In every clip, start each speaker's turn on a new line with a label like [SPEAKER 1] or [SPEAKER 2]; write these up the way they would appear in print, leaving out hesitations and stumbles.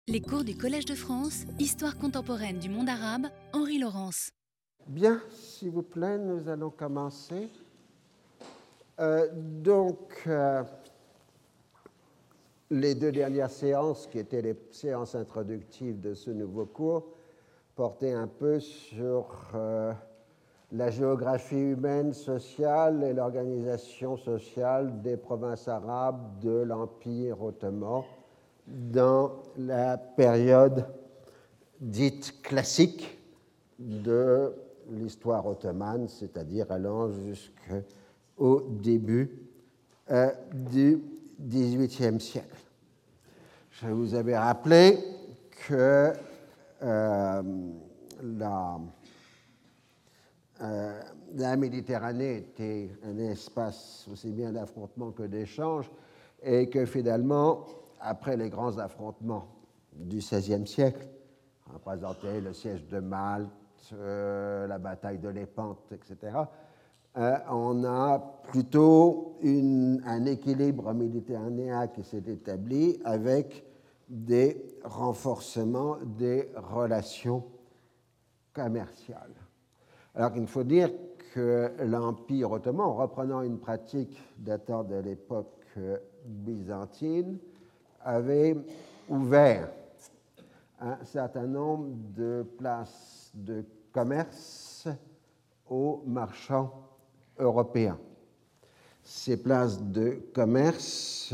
[SPEAKER 1] Les cours du Collège de France, Histoire contemporaine du monde arabe, Henri Laurence.
[SPEAKER 2] Bien, s'il vous plaît, nous allons commencer. Les deux dernières séances, qui étaient les séances introductives de ce nouveau cours, portaient un peu sur la géographie humaine, sociale et l'organisation sociale des provinces arabes de l'Empire ottoman dans la période dite classique de l'histoire ottomane, c'est-à-dire allant jusqu'au début du XVIIIe siècle. Je vous avais rappelé que la Méditerranée était un espace aussi bien d'affrontement que d'échange, et que finalement, après les grands affrontements du XVIe siècle, représentés le siège de Malte, la bataille de Lépante, etc., on a plutôt un équilibre méditerranéen qui s'est établi avec des renforcements des relations commerciales. Alors il faut dire que l'Empire ottoman, en reprenant une pratique datant de l'époque byzantine, avait ouvert un certain nombre de places de commerce aux marchands européens. Ces places de commerce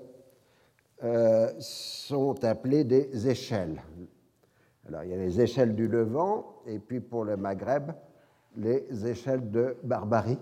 [SPEAKER 2] sont appelées des échelles. Alors, il y a les échelles du Levant, et puis pour le Maghreb, les échelles de Barbarie.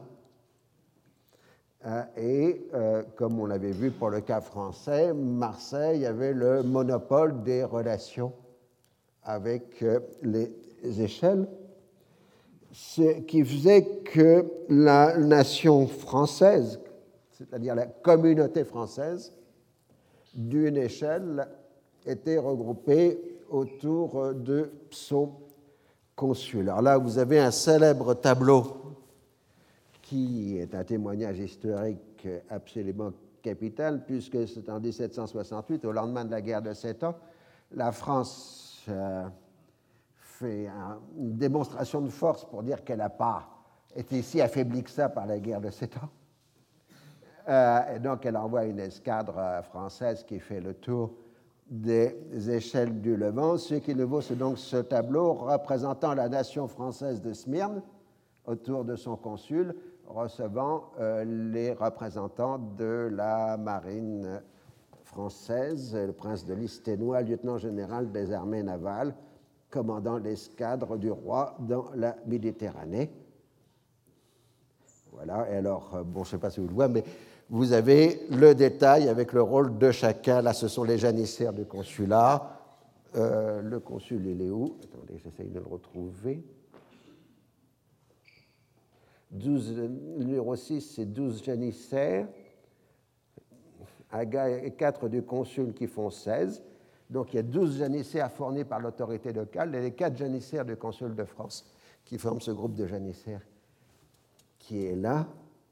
[SPEAKER 2] Comme on l'avait vu pour le cas français, Marseille avait le monopole des relations avec les échelles, ce qui faisait que la nation française, c'est-à-dire la communauté française, d'une échelle était regroupée autour de son consul. Alors là, vous avez un célèbre tableau qui est un témoignage historique absolument capital, puisque c'est en 1768, au lendemain de la guerre de 7 ans, la France fait une démonstration de force pour dire qu'elle n'a pas été si affaiblie que ça par la guerre de 7 ans. Et donc, elle envoie une escadre française qui fait le tour des échelles du Levant, ce qui nous vaut donc ce tableau représentant la nation française de Smyrne autour de son consul, recevant les représentants de la marine française, le prince de Listénois, lieutenant général des armées navales, commandant l'escadre du roi dans la Méditerranée. Voilà, et alors, je ne sais pas si vous le voyez, mais vous avez le détail avec le rôle de chacun. Là, ce sont les janissaires du consulat. Le consul, il est où? Attendez, j'essaye de le retrouver. Le numéro 6, c'est 12 janissaires. Et 4 du consul qui font 16. Donc, il y a 12 janissaires fournis par l'autorité locale et les 4 janissaires du consul de France qui forment ce groupe de janissaires qui est là.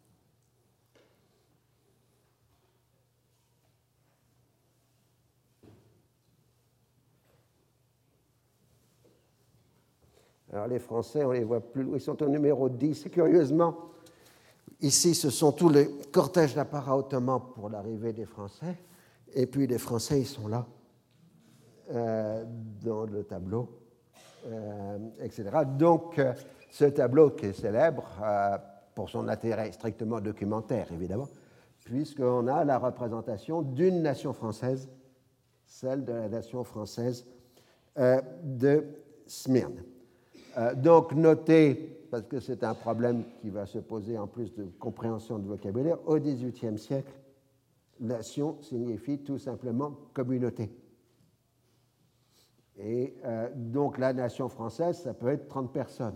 [SPEAKER 2] Alors, les Français, on les voit plus, ils sont au numéro 10. Et curieusement, ici, ce sont tous les cortèges d'apparat ottoman pour l'arrivée des Français. Et puis, les Français, ils sont là, dans le tableau, etc. Donc, ce tableau qui est célèbre pour son intérêt strictement documentaire, évidemment, puisqu'on a la représentation d'une nation française, celle de la nation française de Smyrne. Donc, notez, parce que c'est un problème qui va se poser en plus de compréhension de vocabulaire, au XVIIIe siècle, nation signifie tout simplement communauté. Et donc, la nation française, ça peut être 30 personnes.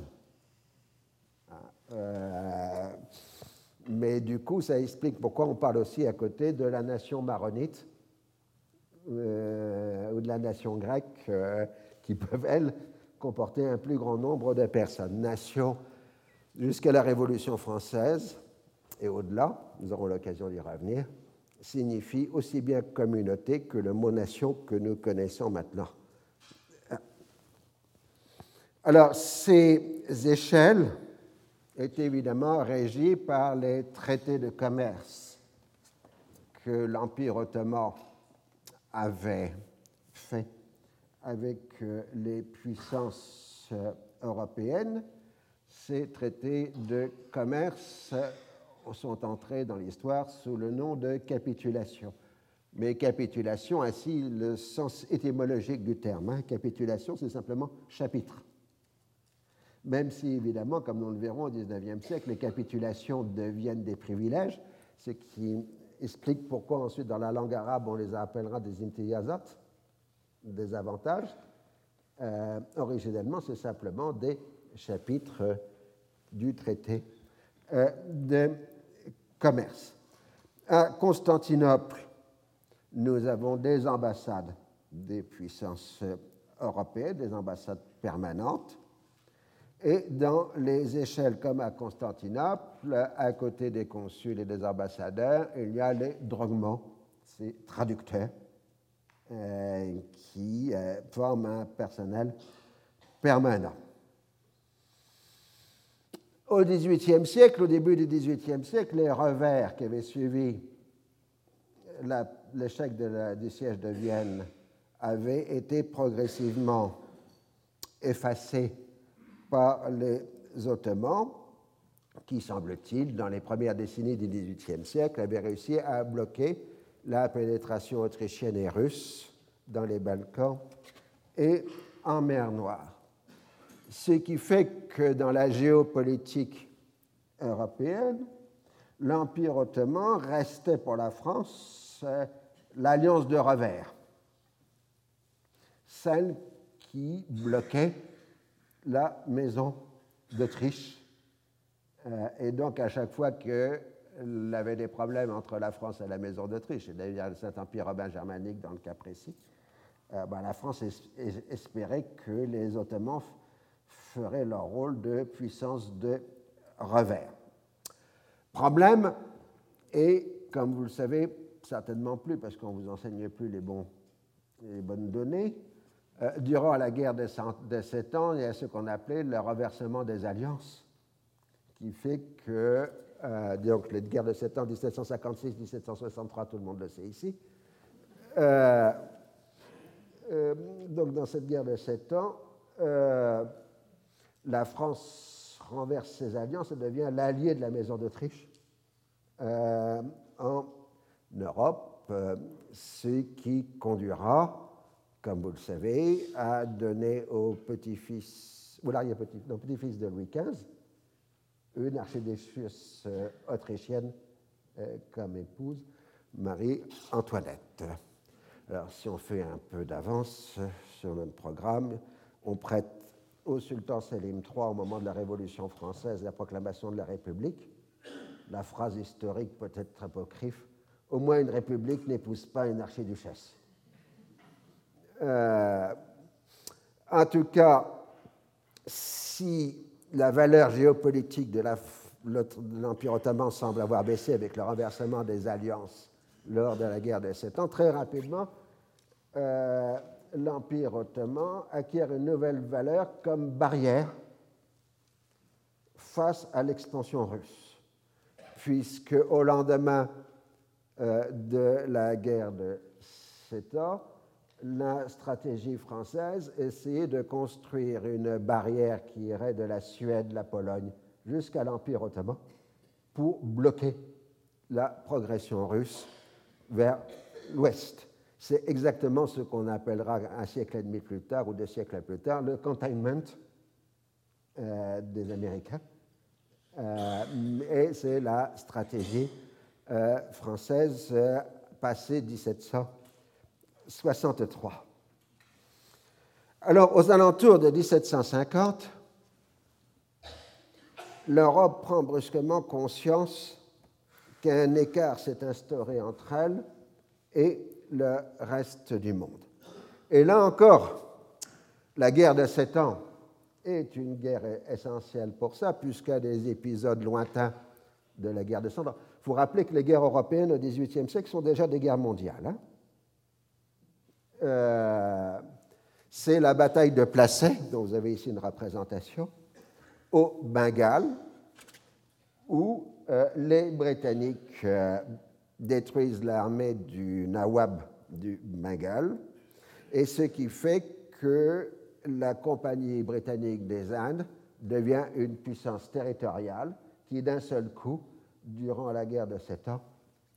[SPEAKER 2] Mais du coup, ça explique pourquoi on parle aussi à côté de la nation maronite ou de la nation grecque qui peuvent, elles, comporter un plus grand nombre de personnes. Nation jusqu'à la Révolution française et au-delà, nous aurons l'occasion d'y revenir, signifie aussi bien communauté que le mot nation que nous connaissons maintenant. Alors, ces échelles étaient évidemment régies par les traités de commerce que l'Empire ottoman avait fait avec les puissances européennes. Ces traités de commerce sont entrés dans l'histoire sous le nom de capitulation. Mais capitulation, ainsi le sens étymologique du terme. Capitulation, c'est simplement chapitre. Même si, évidemment, comme nous le verrons au XIXe siècle, les capitulations deviennent des privilèges, ce qui explique pourquoi ensuite, dans la langue arabe, on les appellera des imtiyazat, des avantages. Originellement, c'est simplement des chapitres du traité de commerce. À Constantinople, nous avons des ambassades des puissances européennes, des ambassades permanentes. Et dans les échelles comme à Constantinople, à côté des consuls et des ambassadeurs, il y a les drogmons, ces traducteurs, qui forment un personnel permanent. Au XVIIIe siècle, au début du XVIIIe siècle, les revers qui avaient suivi l'échec du siège de Vienne avaient été progressivement effacés par les Ottomans, qui, semble-t-il, dans les premières décennies du XVIIIe siècle, avaient réussi à bloquer la pénétration autrichienne et russe dans les Balkans et en mer Noire. Ce qui fait que dans la géopolitique européenne, l'Empire ottoman restait pour la France l'alliance de revers, celle qui bloquait la maison d'Autriche. Et donc, à chaque fois qu'il y avait des problèmes entre la France et la maison d'Autriche, et d'ailleurs le Saint-Empire romain germanique dans le cas précis, la France espérait que les Ottomans feraient leur rôle de puissance de revers. Problème, et comme vous le savez, certainement plus, parce qu'on ne vous enseigne plus les bonnes données, durant la guerre des 7 ans, il y a ce qu'on appelait le renversement des alliances, qui fait que, donc la guerre de 7 ans, 1756-1763, tout le monde le sait ici. Donc dans cette guerre de 7 ans, la France renverse ses alliances et devient l'allié de la maison d'Autriche en Europe, ce qui conduira, comme vous le savez, à donner au petit-fils de Louis XV une archiduchesse autrichienne comme épouse, Marie-Antoinette. Alors, si on fait un peu d'avance sur notre programme, on prête au sultan Sélim III, au moment de la Révolution française, la proclamation de la République, la phrase historique peut-être apocryphe, « Au moins une république n'épouse pas une archiduchesse ». En tout cas, si la valeur géopolitique de l'Empire ottoman semble avoir baissé avec le renversement des alliances lors de la guerre des 7 ans, très rapidement, l'Empire ottoman acquiert une nouvelle valeur comme barrière face à l'expansion russe, puisque au lendemain de la guerre de 7 ans, la stratégie française essayait de construire une barrière qui irait de la Suède, la Pologne, jusqu'à l'Empire ottoman pour bloquer la progression russe vers l'ouest. C'est exactement ce qu'on appellera un siècle et demi plus tard ou 2 siècles plus tard le containment des Américains. Et c'est la stratégie française passée 1763. Alors, aux alentours de 1750, l'Europe prend brusquement conscience qu'un écart s'est instauré entre elle et le reste du monde. Et là encore, la guerre de 7 ans est une guerre essentielle pour ça, puisqu'il y a des épisodes lointains de la guerre de 100 ans. Il faut rappeler que les guerres européennes au XVIIIe siècle sont déjà des guerres mondiales. C'est la bataille de Plassey, dont vous avez ici une représentation, au Bengale, où les Britanniques détruisent l'armée du Nawab du Bengale, et ce qui fait que la Compagnie britannique des Indes devient une puissance territoriale qui, d'un seul coup, durant la guerre de 7 ans,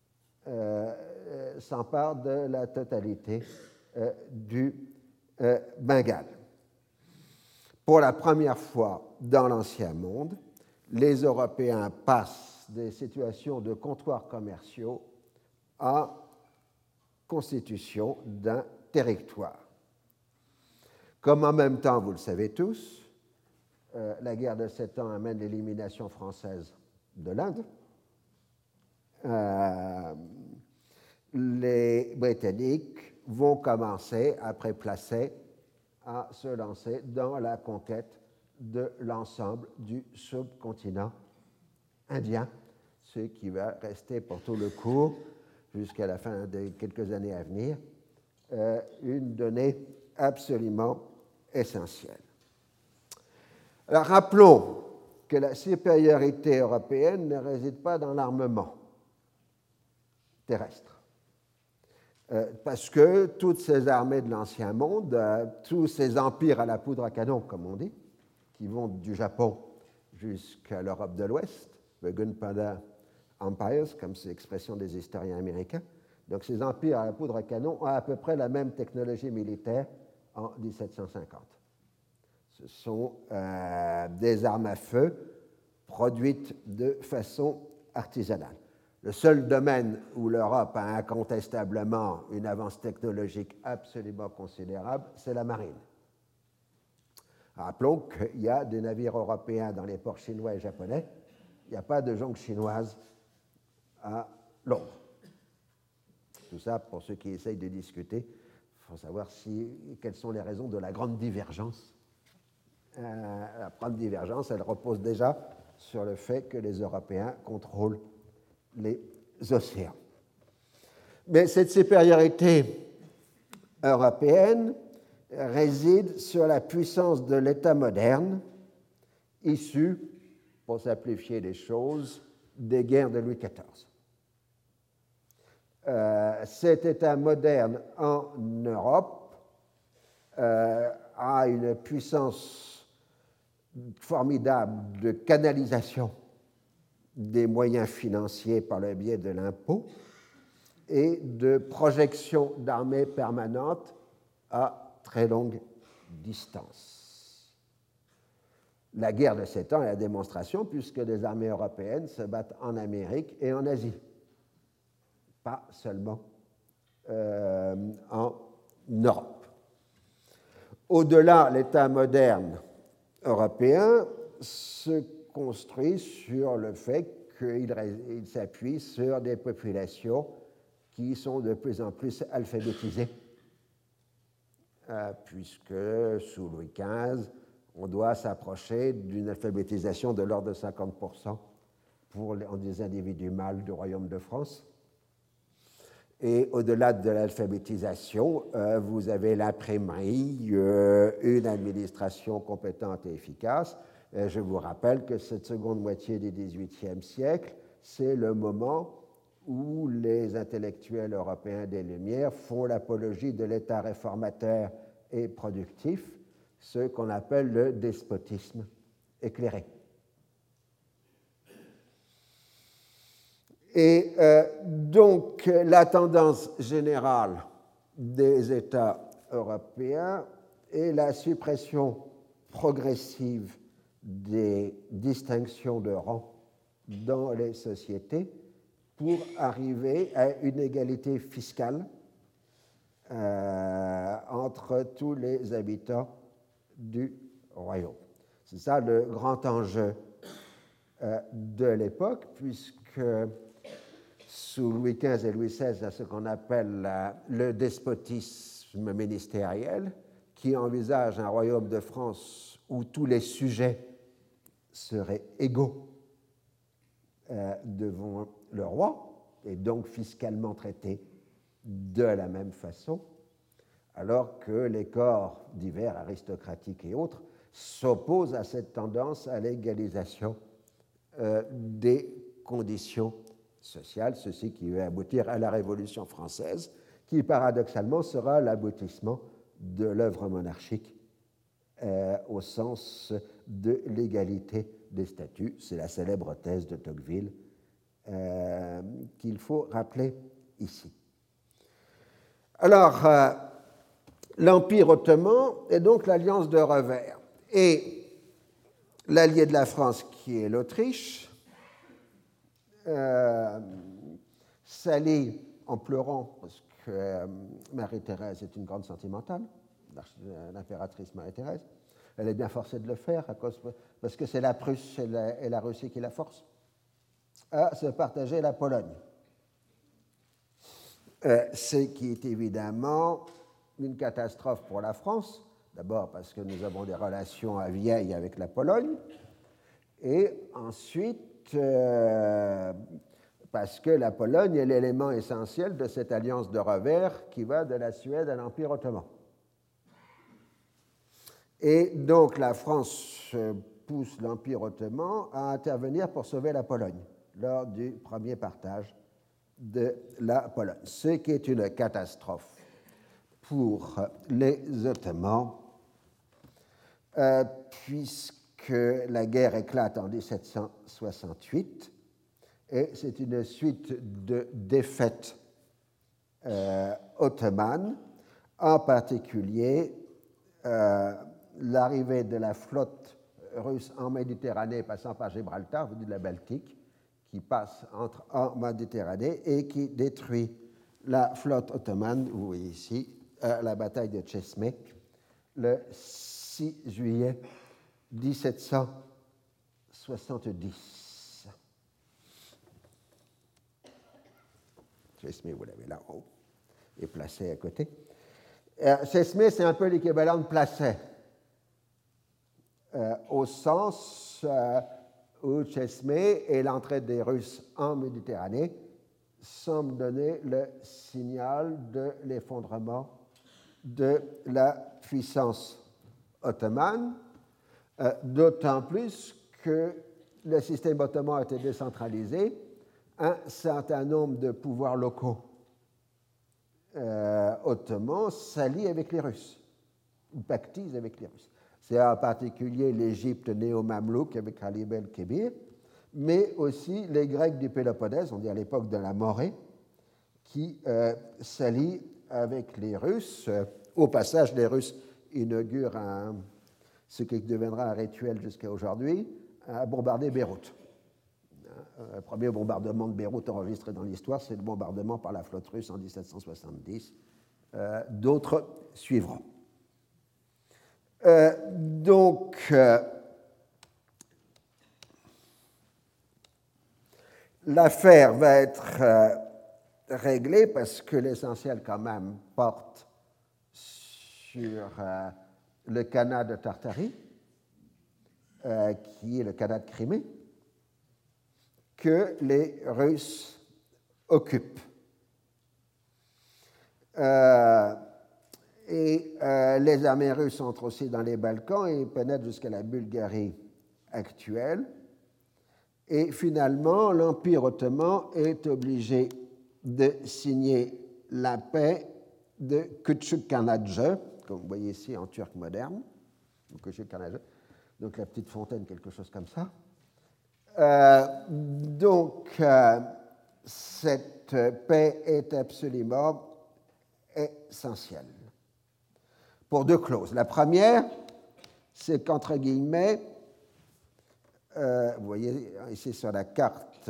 [SPEAKER 2] s'empare de la totalité du Bengale. Pour la première fois dans l'Ancien Monde, les Européens passent des situations de comptoirs commerciaux à constitution d'un territoire. Comme en même temps, vous le savez tous, la guerre de 7 ans amène l'élimination française de l'Inde, les Britanniques vont commencer, après Plassey, à se lancer dans la conquête de l'ensemble du subcontinent indien, ce qui va rester pour tout le cours, jusqu'à la fin des quelques années à venir, une donnée absolument essentielle. Alors rappelons que la supériorité européenne ne réside pas dans l'armement terrestre. Parce que toutes ces armées de l'Ancien Monde, tous ces empires à la poudre à canon, comme on dit, qui vont du Japon jusqu'à l'Europe de l'Ouest, le Gunpowder Empires, comme c'est l'expression des historiens américains, donc ces empires à la poudre à canon ont à peu près la même technologie militaire en 1750. Ce sont des armes à feu produites de façon artisanale. Le seul domaine où l'Europe a incontestablement une avance technologique absolument considérable, c'est la marine. Rappelons qu'il y a des navires européens dans les ports chinois et japonais. Il n'y a pas de jonque chinoise à Londres. Tout ça, pour ceux qui essayent de discuter, il faut savoir quelles sont les raisons de la grande divergence. La grande divergence, elle repose déjà sur le fait que les Européens contrôlent les océans. Mais cette supériorité européenne réside sur la puissance de l'État moderne, issue, pour simplifier les choses, des guerres de Louis XIV. Cet État moderne en Europe a une puissance formidable de canalisation des moyens financiers par le biais de l'impôt et de projection d'armées permanentes à très longue distance. La guerre de 7 ans est la démonstration, puisque les armées européennes se battent en Amérique et en Asie, pas seulement en Europe. Au-delà, l'État moderne européen se construit sur le fait qu'il s'appuie sur des populations qui sont de plus en plus alphabétisées, puisque sous Louis XV, on doit s'approcher d'une alphabétisation de l'ordre de 50% pour les individus mâles du Royaume de France. Et au-delà de l'alphabétisation, vous avez l'imprimerie, une administration compétente et efficace. Je vous rappelle que cette seconde moitié du XVIIIe siècle, c'est le moment où les intellectuels européens des Lumières font l'apologie de l'État réformateur et productif, ce qu'on appelle le despotisme éclairé. Et donc, la tendance générale des États européens est la suppression progressive des distinctions de rang dans les sociétés pour arriver à une égalité fiscale entre tous les habitants du royaume. C'est ça le grand enjeu de l'époque, puisque sous Louis XV et Louis XVI, il y a ce qu'on appelle le despotisme ministériel, qui envisage un royaume de France où tous les sujets seraient égaux devant le roi, et donc fiscalement traités de la même façon, alors que les corps divers, aristocratiques et autres, s'opposent à cette tendance à l'égalisation des conditions sociales, ceci qui va aboutir à la Révolution française, qui paradoxalement sera l'aboutissement de l'œuvre monarchique au sens de l'égalité des statuts. C'est la célèbre thèse de Tocqueville qu'il faut rappeler ici. Alors, l'Empire ottoman est donc l'alliance de revers. Et l'allié de la France, qui est l'Autriche, s'allie en pleurant, parce que Marie-Thérèse est une grande sentimentale, l'impératrice Marie-Thérèse. Elle est bien forcée de le faire parce que c'est la Prusse et la Russie qui la forcent à se partager la Pologne. Ce qui est évidemment une catastrophe pour la France, d'abord parce que nous avons des relations à vieilles avec la Pologne, et ensuite parce que la Pologne est l'élément essentiel de cette alliance de revers qui va de la Suède à l'Empire ottoman. Et donc la France pousse l'Empire ottoman à intervenir pour sauver la Pologne lors du premier partage de la Pologne, ce qui est une catastrophe pour les Ottomans, puisque la guerre éclate en 1768, et c'est une suite de défaites ottomanes, en particulier l'arrivée de la flotte russe en Méditerranée, passant par Gibraltar, vous dites la Baltique, qui passe en Méditerranée et qui détruit la flotte ottomane, vous voyez ici, la bataille de Chesme, le 6 juillet 1770. Chesme, vous l'avez là en haut, et Placé à côté. Chesme, c'est un peu l'équivalent de Placé, au sens où Chesme et l'entrée des Russes en Méditerranée semblent donner le signal de l'effondrement de la puissance ottomane, d'autant plus que le système ottoman a été décentralisé, un certain nombre de pouvoirs locaux ottomans s'allient avec les Russes, ou pactisent avec les Russes. C'est en particulier l'Égypte néo-mamelouk avec Ali el-Kébir, mais aussi les Grecs du Péloponnèse, on dit à l'époque de la Morée, qui s'allient avec les Russes. Au passage, les Russes inaugurent ce qui deviendra un rituel jusqu'à aujourd'hui, à bombarder Beyrouth. Le premier bombardement de Beyrouth enregistré dans l'histoire, c'est le bombardement par la flotte russe en 1770. D'autres suivront. L'affaire va être réglée parce que l'essentiel quand même porte sur le Khanat de Tartarie, qui est le Khanat de Crimée, que les Russes occupent. Les armées russes entrent aussi dans les Balkans et pénètrent jusqu'à la Bulgarie actuelle. Et finalement, l'Empire ottoman est obligé de signer la paix de Küçükçekmece, comme vous voyez ici en turc moderne, donc la petite fontaine, quelque chose comme ça. Cette paix est absolument essentielle pour deux clauses. La première, c'est qu'entre guillemets, vous voyez ici sur la carte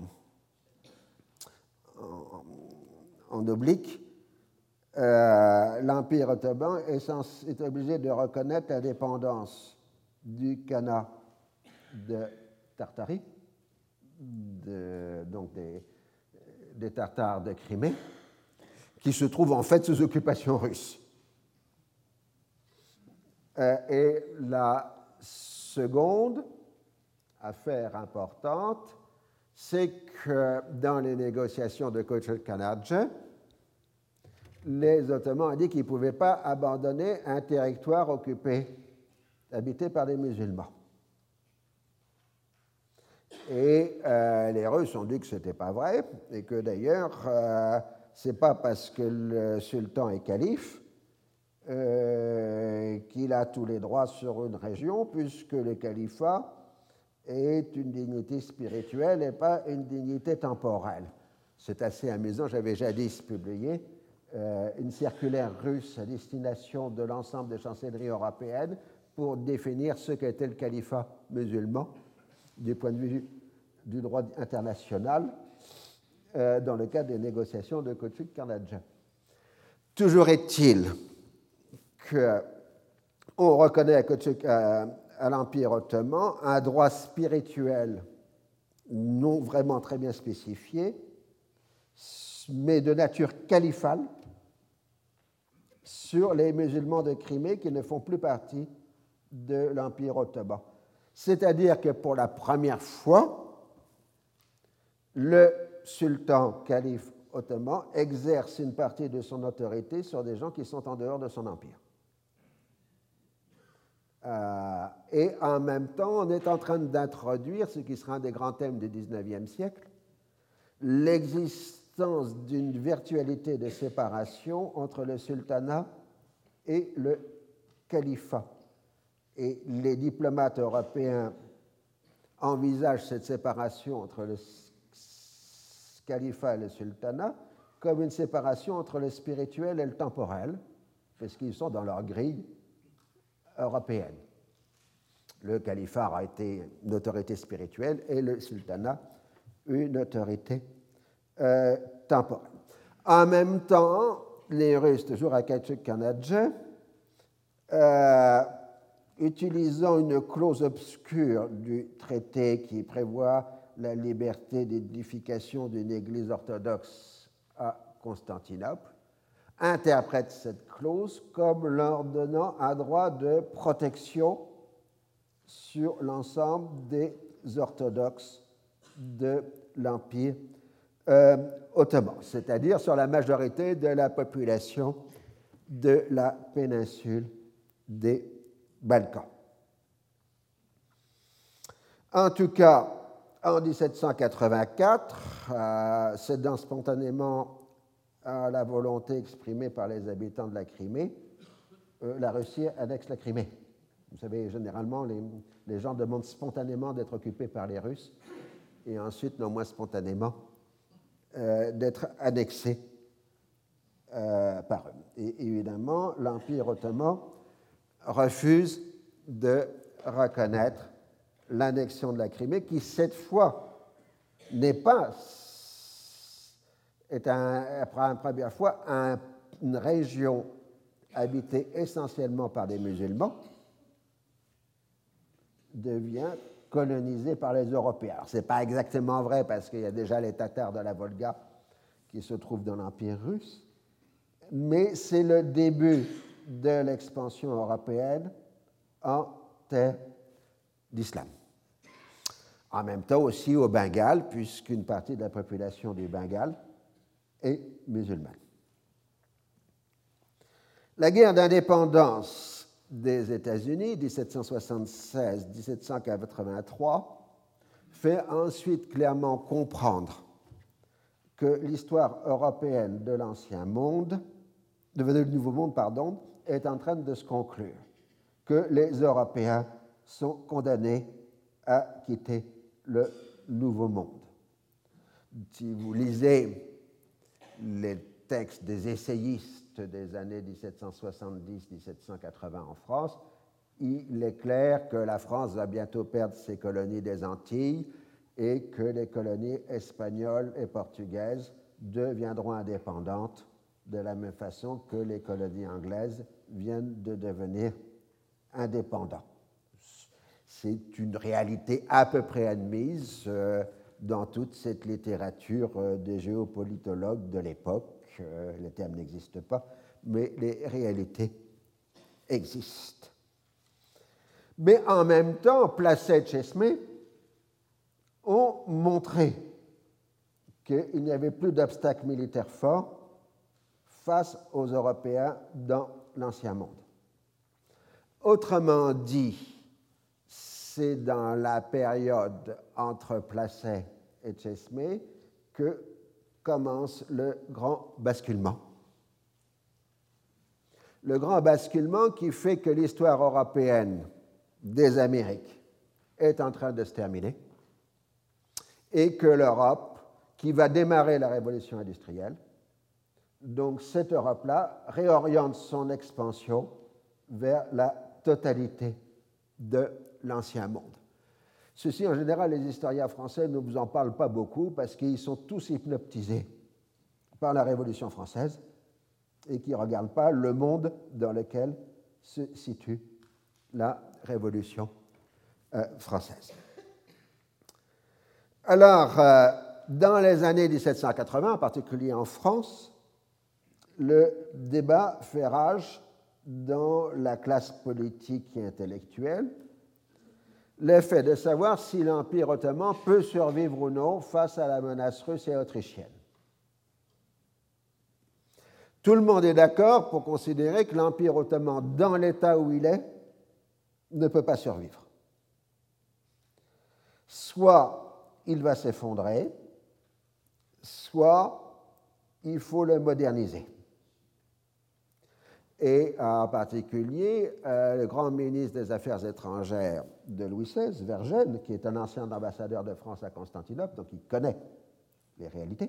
[SPEAKER 2] en oblique, l'Empire ottoman est obligé de reconnaître l'indépendance du Khanat de Tartarie, donc des Tartares de Crimée, qui se trouvent en fait sous occupation russe. Et la seconde affaire importante, c'est que dans les négociations de Kochut-Kanadje, les Ottomans ont dit qu'ils ne pouvaient pas abandonner un territoire occupé, habité par des musulmans. Et les Russes ont dit que ce n'était pas vrai, et que d'ailleurs, ce n'est pas parce que le sultan est calife qu'il a tous les droits sur une région, puisque le califat est une dignité spirituelle et pas une dignité temporelle. C'est assez amusant, j'avais jadis publié une circulaire russe à destination de l'ensemble des chancelleries européennes pour définir ce qu'était le califat musulman du point de vue du droit international dans le cadre des négociations de Kochut-Kanadje. Toujours est-il qu'on reconnaît à l'Empire ottoman un droit spirituel non vraiment très bien spécifié, mais de nature califale, sur les musulmans de Crimée qui ne font plus partie de l'Empire ottoman. C'est-à-dire que pour la première fois, le sultan calife ottoman exerce une partie de son autorité sur des gens qui sont en dehors de son empire. Et en même temps, on est en train d'introduire ce qui sera un des grands thèmes du XIXe siècle, l'existence d'une virtualité de séparation entre le sultanat et le califat. Et les diplomates européens envisagent cette séparation entre le califat et le sultanat comme une séparation entre le spirituel et le temporel, parce qu'ils sont dans leur grille européenne. Le califat a été une autorité spirituelle et le sultanat une autorité temporelle. En même temps, les Russes, toujours à Kochut-Kanadje, utilisant une clause obscure du traité qui prévoit la liberté d'édification d'une église orthodoxe à Constantinople, interprète cette clause comme leur donnant un droit de protection sur l'ensemble des orthodoxes de l'Empire ottoman, c'est-à-dire sur la majorité de la population de la péninsule des Balkans. En tout cas, en 1784, cédant spontanément à la volonté exprimée par les habitants de la Crimée, la Russie annexe la Crimée. Vous savez, généralement, les gens demandent spontanément d'être occupés par les Russes et ensuite, non moins spontanément, d'être annexés par eux. Et évidemment, l'Empire ottoman refuse de reconnaître l'annexion de la Crimée, qui cette fois n'est pas, pour la première fois, une région habitée essentiellement par des musulmans, devient colonisée par les Européens. Ce n'est pas exactement vrai parce qu'il y a déjà les Tatars de la Volga qui se trouvent dans l'Empire russe, mais c'est le début de l'expansion européenne en terre d'islam. En même temps aussi au Bengale, puisqu'une partie de la population du Bengale est musulmane. La guerre d'indépendance des États-Unis, 1776-1783, fait ensuite clairement comprendre que l'histoire européenne de l'Ancien Monde, du Nouveau Monde, est en train de se conclure, que les Européens sont condamnés à quitter le Nouveau Monde. Si vous lisez les textes des essayistes des années 1770-1780 en France, il est clair que la France va bientôt perdre ses colonies des Antilles et que les colonies espagnoles et portugaises deviendront indépendantes de la même façon que les colonies anglaises viennent de devenir indépendantes. C'est une réalité à peu près admise dans toute cette littérature des géopolitologues de l'époque. Les termes n'existent pas, mais les réalités existent. Mais en même temps, Placet et Chesme ont montré qu'il n'y avait plus d'obstacles militaires forts face aux Européens dans l'Ancien Monde. Autrement dit, c'est dans la période entre Placet et Chesme que commence le grand basculement. Le grand basculement qui fait que l'histoire européenne des Amériques est en train de se terminer et que l'Europe, qui va démarrer la révolution industrielle, donc cette Europe-là réoriente son expansion vers la totalité de l'Ancien Monde. Ceci, en général, les historiens français ne vous en parlent pas beaucoup parce qu'ils sont tous hypnotisés par la Révolution française et qui ne regardent pas le monde dans lequel se situe la Révolution française. Alors, dans les années 1780, en particulier en France, le débat fait rage dans la classe politique et intellectuelle, l'effet de savoir si l'Empire ottoman peut survivre ou non face à la menace russe et autrichienne. Tout le monde est d'accord pour considérer que l'Empire ottoman, dans l'état où il est, ne peut pas survivre. Soit il va s'effondrer, soit il faut le moderniser. Et en particulier, le grand ministre des Affaires étrangères de Louis XVI, Vergennes, qui est un ancien ambassadeur de France à Constantinople, donc il connaît les réalités.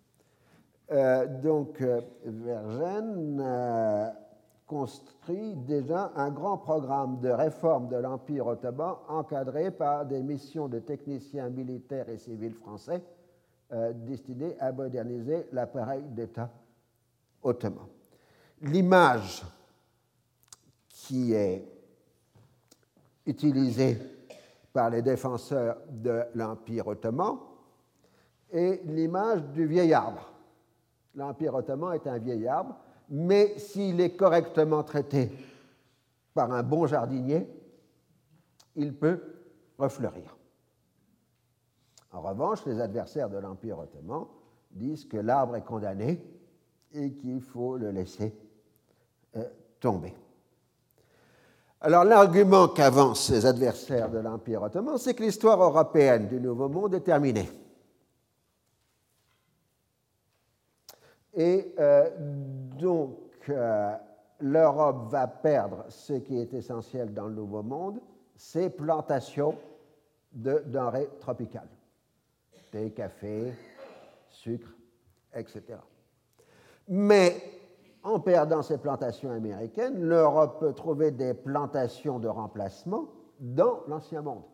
[SPEAKER 2] Vergennes construit déjà un grand programme de réforme de l'Empire ottoman encadré par des missions de techniciens militaires et civils français destinées à moderniser l'appareil d'État ottoman. L'image qui est utilisée par les défenseurs de l'Empire ottoman est l'image du vieil arbre. L'Empire ottoman est un vieil arbre, mais s'il est correctement traité par un bon jardinier, il peut refleurir. En revanche, les adversaires de l'Empire ottoman disent que l'arbre est condamné et qu'il faut le laisser tomber. Alors l'argument qu'avancent les adversaires de l'Empire ottoman, c'est que l'histoire européenne du Nouveau Monde est terminée. Et l'Europe va perdre ce qui est essentiel dans le Nouveau Monde, ses plantations de denrées tropicales, thé, café, sucre, etc. Mais en perdant ces plantations américaines, l'Europe peut trouver des plantations de remplacement dans l'Ancien Monde.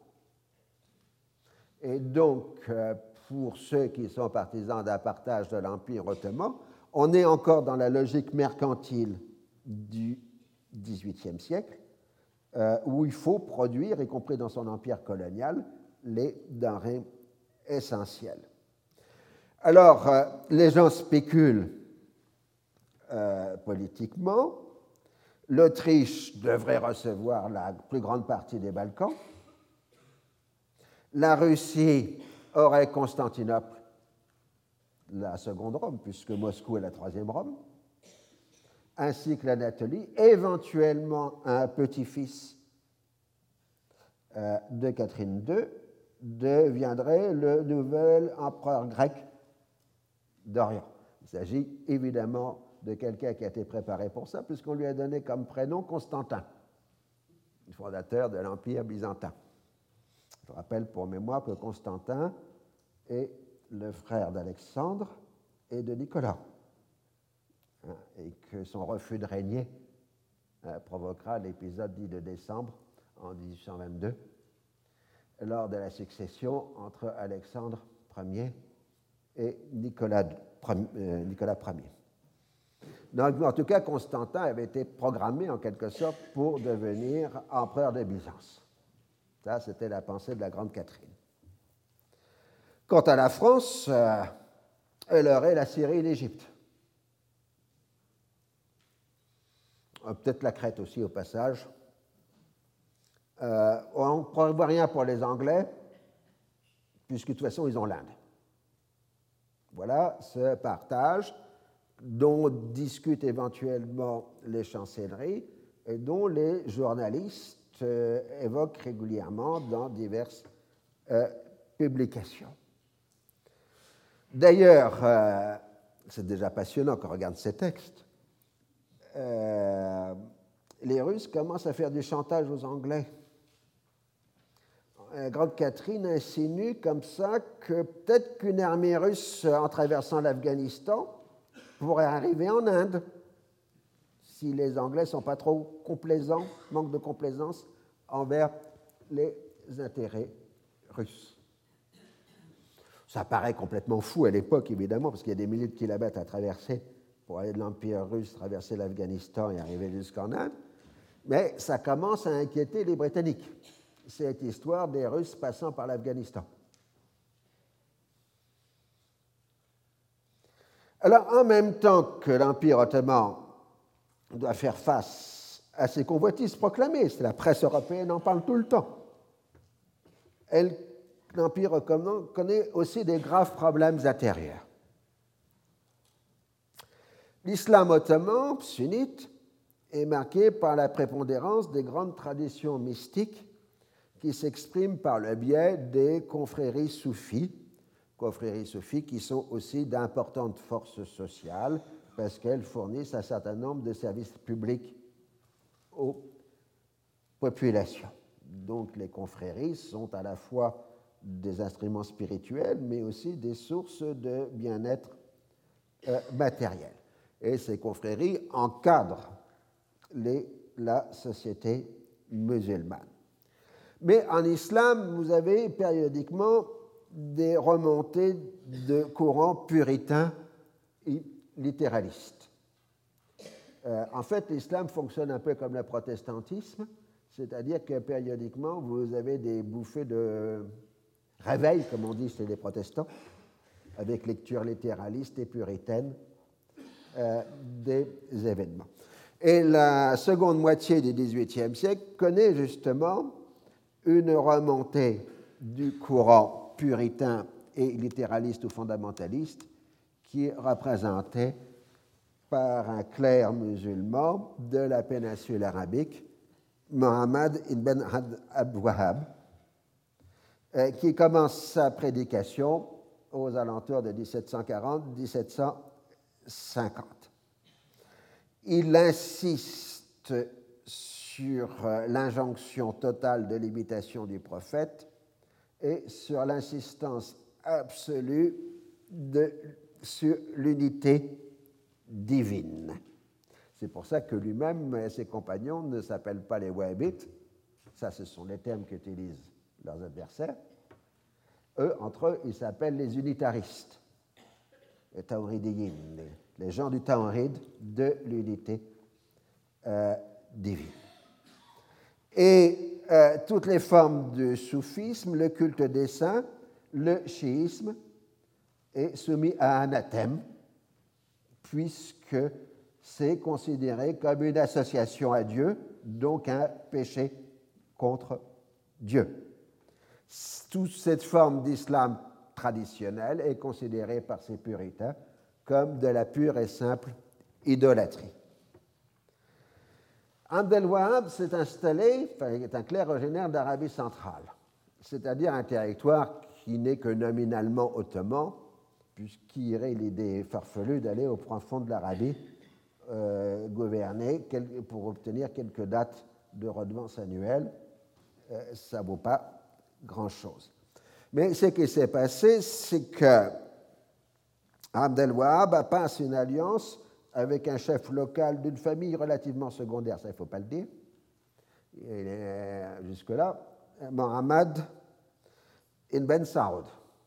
[SPEAKER 2] Et donc, pour ceux qui sont partisans d'un partage de l'Empire ottoman, on est encore dans la logique mercantile du XVIIIe siècle, où il faut produire, y compris dans son empire colonial, les denrées essentielles. Alors, les gens spéculent politiquement. L'Autriche devrait recevoir la plus grande partie des Balkans. La Russie aurait Constantinople, la seconde Rome, puisque Moscou est la troisième Rome, ainsi que l'Anatolie, éventuellement un petit-fils de Catherine II deviendrait le nouvel empereur grec d'Orient. Il s'agit évidemment de quelqu'un qui a été préparé pour ça, puisqu'on lui a donné comme prénom Constantin, le fondateur de l'Empire byzantin. Je rappelle pour mémoire que Constantin est le frère d'Alexandre et de Nicolas, et que son refus de régner provoquera l'épisode dit de décembre en 1822, lors de la succession entre Alexandre Ier et Nicolas Ier. Donc, en tout cas, Constantin avait été programmé en quelque sorte pour devenir empereur de Byzance. Ça, c'était la pensée de la grande Catherine. Quant à la France, elle aurait la Syrie et l'Égypte. Peut-être la Crète aussi, au passage. On ne prévoit rien pour les Anglais, puisque de toute façon, ils ont l'Inde. Voilà ce partage dont discutent éventuellement les chancelleries et dont les journalistes évoquent régulièrement dans diverses publications. D'ailleurs, c'est déjà passionnant quand on regarde ces textes, les Russes commencent à faire du chantage aux Anglais. Grande Catherine insinue comme ça que peut-être qu'une armée russe, en traversant l'Afghanistan, pourrait arriver en Inde si les Anglais ne sont pas trop complaisants, manquent de complaisance envers les intérêts russes. Ça paraît complètement fou à l'époque, évidemment, parce qu'il y a des milliers de kilomètres à traverser pour aller de l'Empire russe, traverser l'Afghanistan et arriver jusqu'en Inde. Mais ça commence à inquiéter les Britanniques, cette histoire des Russes passant par l'Afghanistan. Alors, en même temps que l'Empire ottoman doit faire face à ces convoitises proclamées, la presse européenne en parle tout le temps, l'Empire ottoman connaît aussi des graves problèmes intérieurs. L'islam ottoman, sunnite, est marqué par la prépondérance des grandes traditions mystiques qui s'expriment par le biais des confréries soufis qui sont aussi d'importantes forces sociales parce qu'elles fournissent un certain nombre de services publics aux populations. Donc les confréries sont à la fois des instruments spirituels, mais aussi des sources de bien-être matériel. Et ces confréries encadrent la société musulmane. Mais en islam, vous avez périodiquement des remontées de courants puritains et littéralistes. En fait, l'islam fonctionne un peu comme le protestantisme, c'est-à-dire que périodiquement, vous avez des bouffées de réveil, comme on dit chez les protestants, avec lecture littéraliste et puritaine des événements. Et la seconde moitié du XVIIIe siècle connaît justement une remontée du courant puritain et littéraliste ou fondamentaliste qui est représenté par un clerc musulman de la péninsule arabique, Mohammed ibn Abd Wahhab, qui commence sa prédication aux alentours de 1740-1750. Il insiste sur l'injonction totale de l'imitation du prophète et sur l'insistance absolue sur l'unité divine. C'est pour ça que lui-même et ses compagnons ne s'appellent pas les Wahhabites. Ça, ce sont les termes qu'utilisent leurs adversaires. Eux, entre eux, ils s'appellent les unitaristes, les Tawridiyin, les gens du Tawrid de l'unité divine. Et toutes les formes de soufisme, le culte des saints, le chiisme est soumis à anathème, puisque c'est considéré comme une association à Dieu, donc un péché contre Dieu. Toute cette forme d'islam traditionnel est considérée par ces puritains comme de la pure et simple idolâtrie. Abd al-Wahhab s'est installé, est un clerc originaire d'Arabie centrale, c'est-à-dire un territoire qui n'est que nominalement ottoman, puisqu'il irait l'idée farfelue d'aller au point fond de l'Arabie gouverner pour obtenir quelques dates de redevance annuelle. Ça ne vaut pas grand-chose. Mais ce qui s'est passé, c'est que Abd al-Wahhab passe une alliance avec un chef local d'une famille relativement secondaire, ça il ne faut pas le dire, jusque-là, Mohammed ibn Saoud.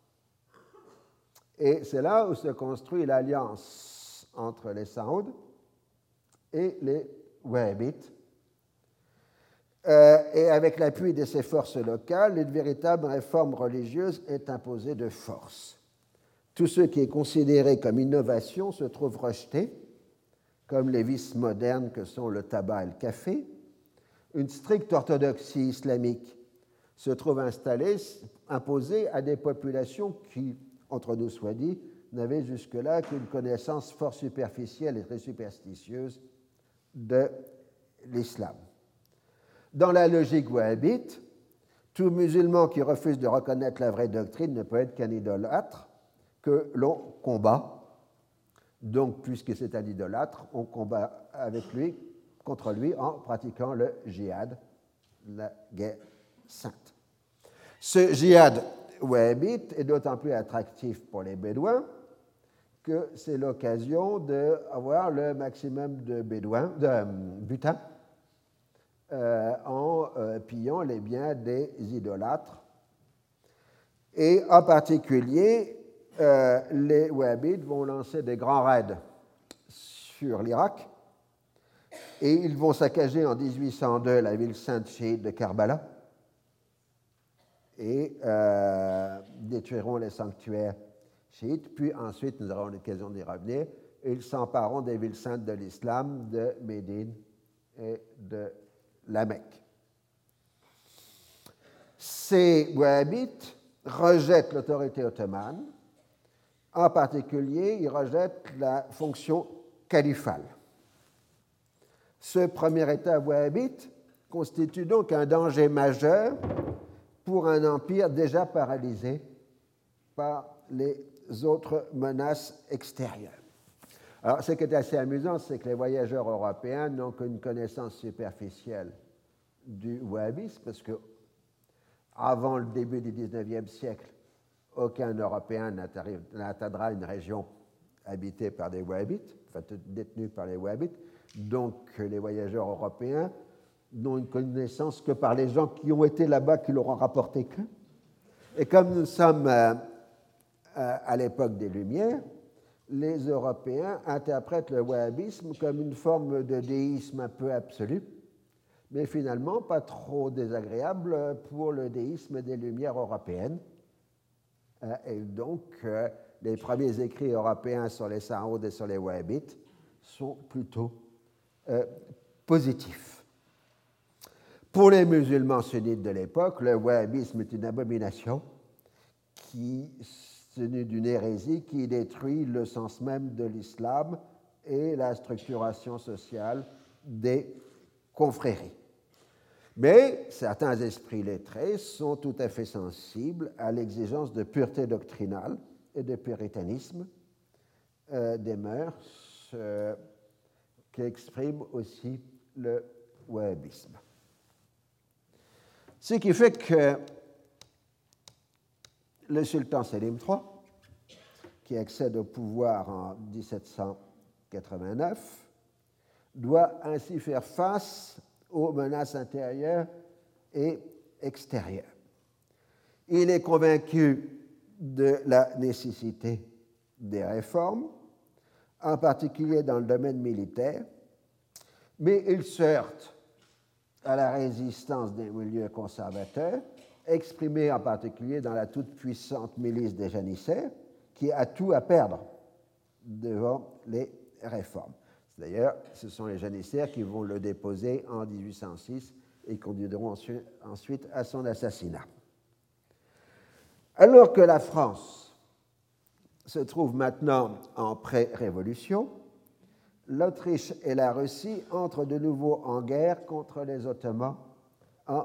[SPEAKER 2] Et c'est là où se construit l'alliance entre les Saouds et les Wahhabites. Et avec l'appui de ces forces locales, une véritable réforme religieuse est imposée de force. Tout ce qui est considéré comme innovation se trouve rejeté, comme les vices modernes que sont le tabac et le café. Une stricte orthodoxie islamique se trouve installée, imposée à des populations qui, entre nous soit dit, n'avaient jusque-là qu'une connaissance fort superficielle et très superstitieuse de l'islam. Dans la logique wahhabite, tout musulman qui refuse de reconnaître la vraie doctrine ne peut être qu'un idolâtre que l'on combat. Donc, puisque c'est un idolâtre, on combat contre lui en pratiquant le djihad, la guerre sainte. Ce djihad wahhabite est d'autant plus attractif pour les Bédouins que c'est l'occasion d'avoir le maximum de butin en pillant les biens des idolâtres. Et en particulier, les Wahhabites vont lancer des grands raids sur l'Irak et ils vont saccager en 1802 la ville sainte chiite de Karbala et détruiront les sanctuaires chiites. Puis ensuite, nous aurons l'occasion d'y revenir, ils s'empareront des villes saintes de l'islam, de Médine et de la Mecque. Ces Wahhabites rejettent l'autorité ottomane. En particulier, ils rejettent la fonction califale. Ce premier État wahhabite constitue donc un danger majeur pour un empire déjà paralysé par les autres menaces extérieures. Alors, ce qui est assez amusant, c'est que les voyageurs européens n'ont qu'une connaissance superficielle du wahhabisme, parce que avant le début du XIXe siècle, aucun Européen n'atteindra une région habitée par des wahhabites, enfin détenue par les wahhabites. Donc, les voyageurs européens n'ont une connaissance que par les gens qui ont été là-bas, qui leur ont rapporté que. Et comme nous sommes à l'époque des Lumières, les Européens interprètent le wahhabisme comme une forme de déisme un peu absolu, mais finalement pas trop désagréable pour le déisme des Lumières européennes. Et donc, les premiers écrits européens sur les Saouds et sur les Wahhabites sont plutôt positifs. Pour les musulmans sunnites de l'époque, le wahhabisme est une abomination tenue d'une hérésie qui détruit le sens même de l'islam et la structuration sociale des confréries. Mais certains esprits lettrés sont tout à fait sensibles à l'exigence de pureté doctrinale et de puritanisme des mœurs qu'exprime aussi le wahhabisme. Ce qui fait que le sultan Sélim III, qui accède au pouvoir en 1789, doit ainsi faire face aux menaces intérieures et extérieures. Il est convaincu de la nécessité des réformes, en particulier dans le domaine militaire, mais il se heurte à la résistance des milieux conservateurs, exprimée en particulier dans la toute-puissante milice des janissaires, qui a tout à perdre devant les réformes. D'ailleurs, ce sont les janissaires qui vont le déposer en 1806 et conduiront ensuite à son assassinat. Alors que la France se trouve maintenant en pré-révolution, l'Autriche et la Russie entrent de nouveau en guerre contre les Ottomans en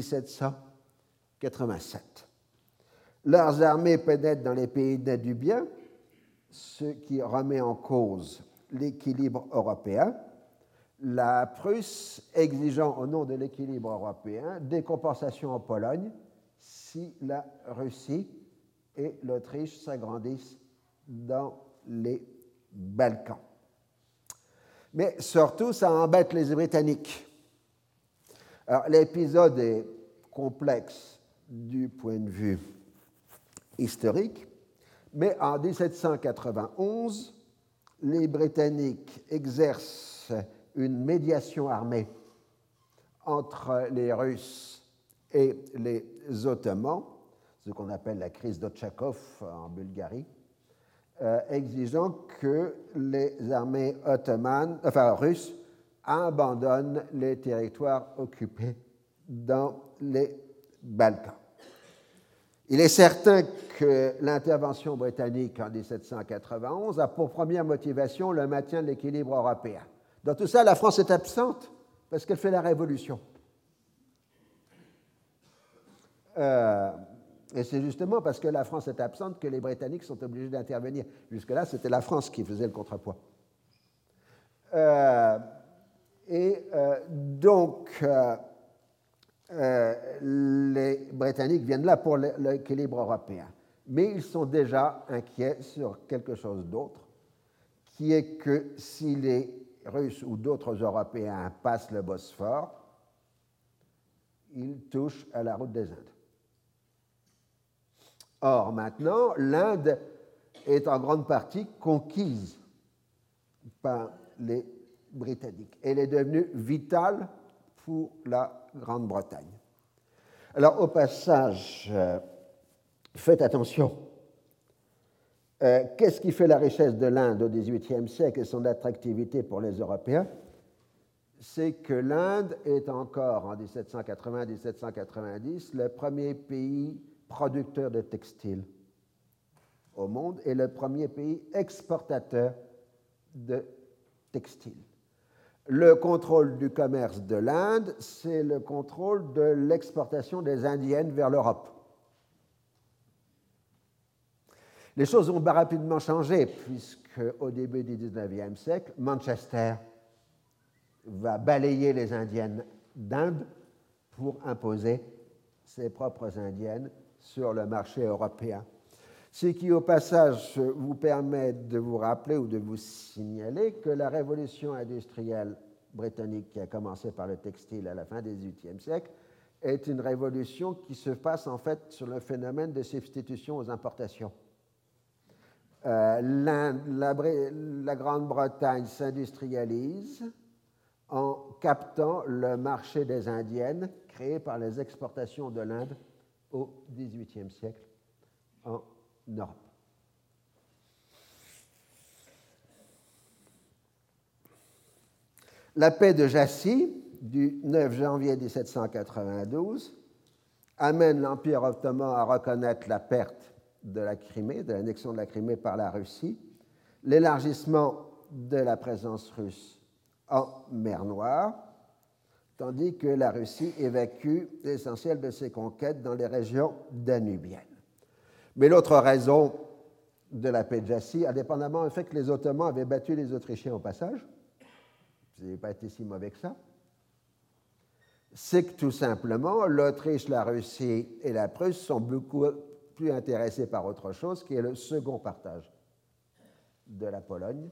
[SPEAKER 2] 1787. Leurs armées pénètrent dans les pays danubiens, ce qui remet en cause l'équilibre européen, la Prusse exigeant au nom de l'équilibre européen des compensations en Pologne si la Russie et l'Autriche s'agrandissent dans les Balkans. Mais surtout, ça embête les Britanniques. Alors, l'épisode est complexe du point de vue historique, mais en 1791, les Britanniques exercent une médiation armée entre les Russes et les Ottomans, ce qu'on appelle la crise d'Otchakov en Bulgarie, exigeant que les armées russes abandonnent les territoires occupés dans les Balkans. Il est certain que l'intervention britannique en 1791 a pour première motivation le maintien de l'équilibre européen. Dans tout ça, la France est absente parce qu'elle fait la Révolution. Et c'est justement parce que la France est absente que les Britanniques sont obligés d'intervenir. Jusque-là, c'était la France qui faisait le contrepoids. Donc, les Britanniques viennent là pour l'équilibre européen. Mais ils sont déjà inquiets sur quelque chose d'autre, qui est que si les Russes ou d'autres Européens passent le Bosphore, ils touchent à la route des Indes. Or, maintenant, l'Inde est en grande partie conquise par les Britanniques. Elle est devenue vitale pour la Grande-Bretagne. Alors, au passage, faites attention. Qu'est-ce qui fait la richesse de l'Inde au XVIIIe siècle et son attractivité pour les Européens? C'est que l'Inde est encore, en 1780-1790, le premier pays producteur de textiles au monde et le premier pays exportateur de textiles. Le contrôle du commerce de l'Inde, c'est le contrôle de l'exportation des Indiennes vers l'Europe. Les choses ont rapidement changé, puisque au début du XIXe siècle, Manchester va balayer les Indiennes d'Inde pour imposer ses propres Indiennes sur le marché européen. Ce qui, au passage, vous permet de vous rappeler ou de vous signaler que la révolution industrielle britannique, qui a commencé par le textile à la fin du XVIIIe siècle, est une révolution qui se passe en fait sur le phénomène de substitution aux importations. La Grande-Bretagne s'industrialise en captant le marché des Indiennes créé par les exportations de l'Inde au XVIIIe siècle en Europe. La paix de Jassy, du 9 janvier 1792, amène l'Empire ottoman à reconnaître la perte de la Crimée, de l'annexion de la Crimée par la Russie, l'élargissement de la présence russe en mer Noire, tandis que la Russie évacue l'essentiel de ses conquêtes dans les régions danubiennes. Mais l'autre raison de la paix de Jassy, indépendamment du fait que les Ottomans avaient battu les Autrichiens au passage, ça n'avait pas été si mauvais que ça, c'est que tout simplement, l'Autriche, la Russie et la Prusse sont beaucoup plus intéressés par autre chose, qui est le second partage de la Pologne,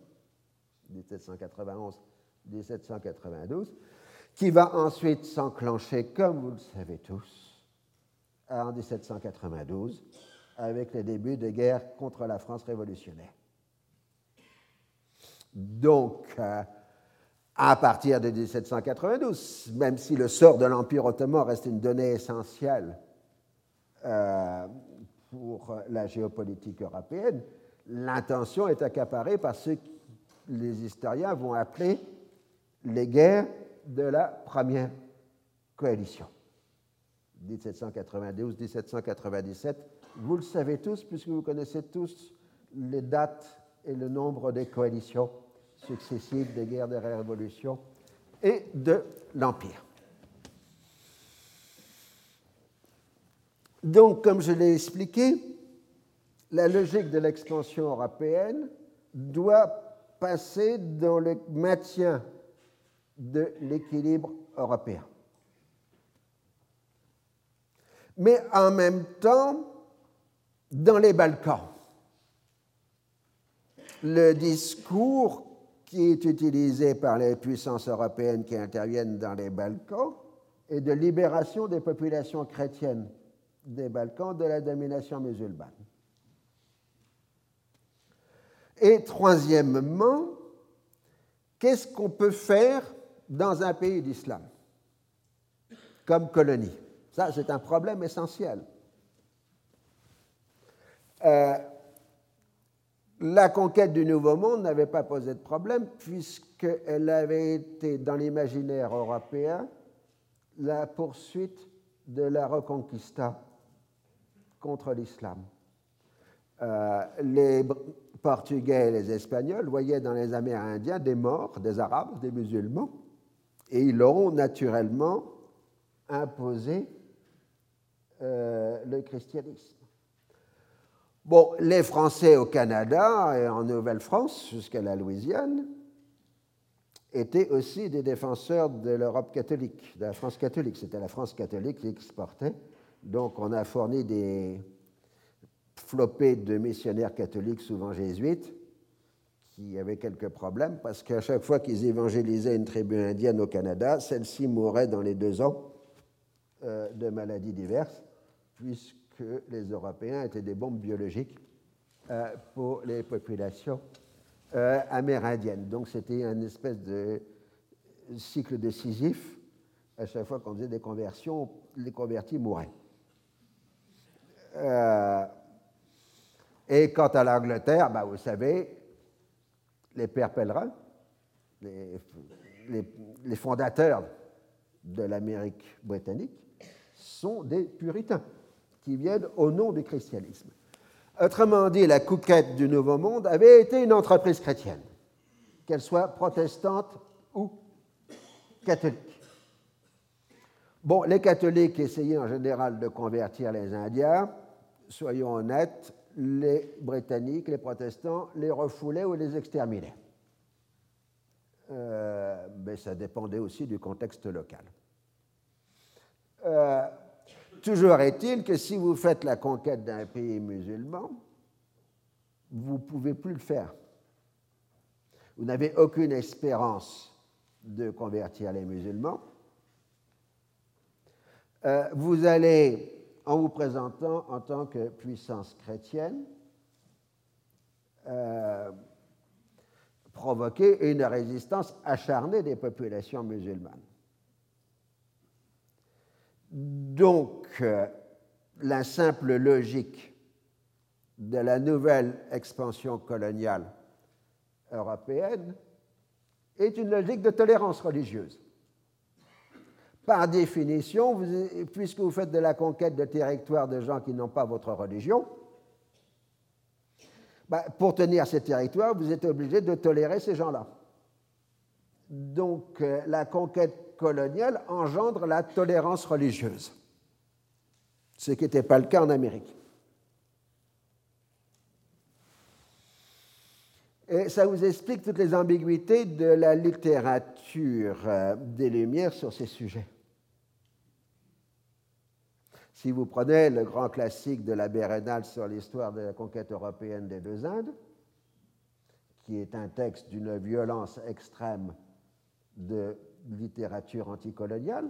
[SPEAKER 2] 1791-1792, qui va ensuite s'enclencher, comme vous le savez tous, en 1792, avec le début de guerre contre la France révolutionnaire. Donc, à partir de 1792, même si le sort de l'Empire ottoman reste une donnée essentielle pour la géopolitique européenne, l'intention est accaparée par ce que les historiens vont appeler les guerres de la première coalition. 1792-1797, vous le savez tous, puisque vous connaissez tous les dates et le nombre des coalitions successives des guerres de la Révolution et de l'Empire. Donc, comme je l'ai expliqué, la logique de l'expansion européenne doit passer dans le maintien de l'équilibre européen. Mais en même temps, dans les Balkans, le discours qui est utilisé par les puissances européennes qui interviennent dans les Balkans est de libération des populations chrétiennes des Balkans de la domination musulmane. Et troisièmement, qu'est-ce qu'on peut faire dans un pays d'islam comme colonie? Ça, c'est un problème essentiel. La conquête du Nouveau Monde n'avait pas posé de problème puisqu'elle avait été, dans l'imaginaire européen, la poursuite de la Reconquista contre l'islam. Les Portugais et les Espagnols voyaient dans les Amérindiens des morts, des Arabes, des musulmans, et ils leur ont naturellement imposé le christianisme. Bon, les Français au Canada et en Nouvelle-France, jusqu'à la Louisiane, étaient aussi des défenseurs de l'Europe catholique, de la France catholique. C'était la France catholique qui exportait. Donc on a fourni des flopées de missionnaires catholiques, souvent jésuites, qui avaient quelques problèmes, parce qu'à chaque fois qu'ils évangélisaient une tribu indienne au Canada, celle-ci mourait dans les 2 ans de maladies diverses, puisque les Européens étaient des bombes biologiques pour les populations amérindiennes. Donc c'était une espèce de cycle de Sisyphe. À chaque fois qu'on faisait des conversions, les convertis mouraient. Et quant à l'Angleterre, ben, vous savez, les pères pèlerins, les fondateurs de l'Amérique britannique, sont des puritains qui viennent au nom du christianisme. Autrement dit, la conquête du Nouveau Monde avait été une entreprise chrétienne, qu'elle soit protestante ou catholique. Bon, les catholiques essayaient en général de convertir les Indiens. Soyons honnêtes, les Britanniques, les protestants, les refoulaient ou les exterminaient. Mais ça dépendait aussi du contexte local. Toujours est-il que si vous faites la conquête d'un pays musulman, vous ne pouvez plus le faire. Vous n'avez aucune espérance de convertir les musulmans. Vous allez, en vous présentant en tant que puissance chrétienne, provoquer une résistance acharnée des populations musulmanes. Donc, la simple logique de la nouvelle expansion coloniale européenne est une logique de tolérance religieuse. Par définition, puisque vous faites de la conquête de territoires de gens qui n'ont pas votre religion, pour tenir ces territoires, vous êtes obligé de tolérer ces gens-là. Donc, la conquête coloniale engendre la tolérance religieuse, ce qui n'était pas le cas en Amérique. Et ça vous explique toutes les ambiguïtés de la littérature des Lumières sur ces sujets. Si vous prenez le grand classique de la Bérénal sur l'histoire de la conquête européenne des 2 Indes, qui est un texte d'une violence extrême de littérature anticoloniale,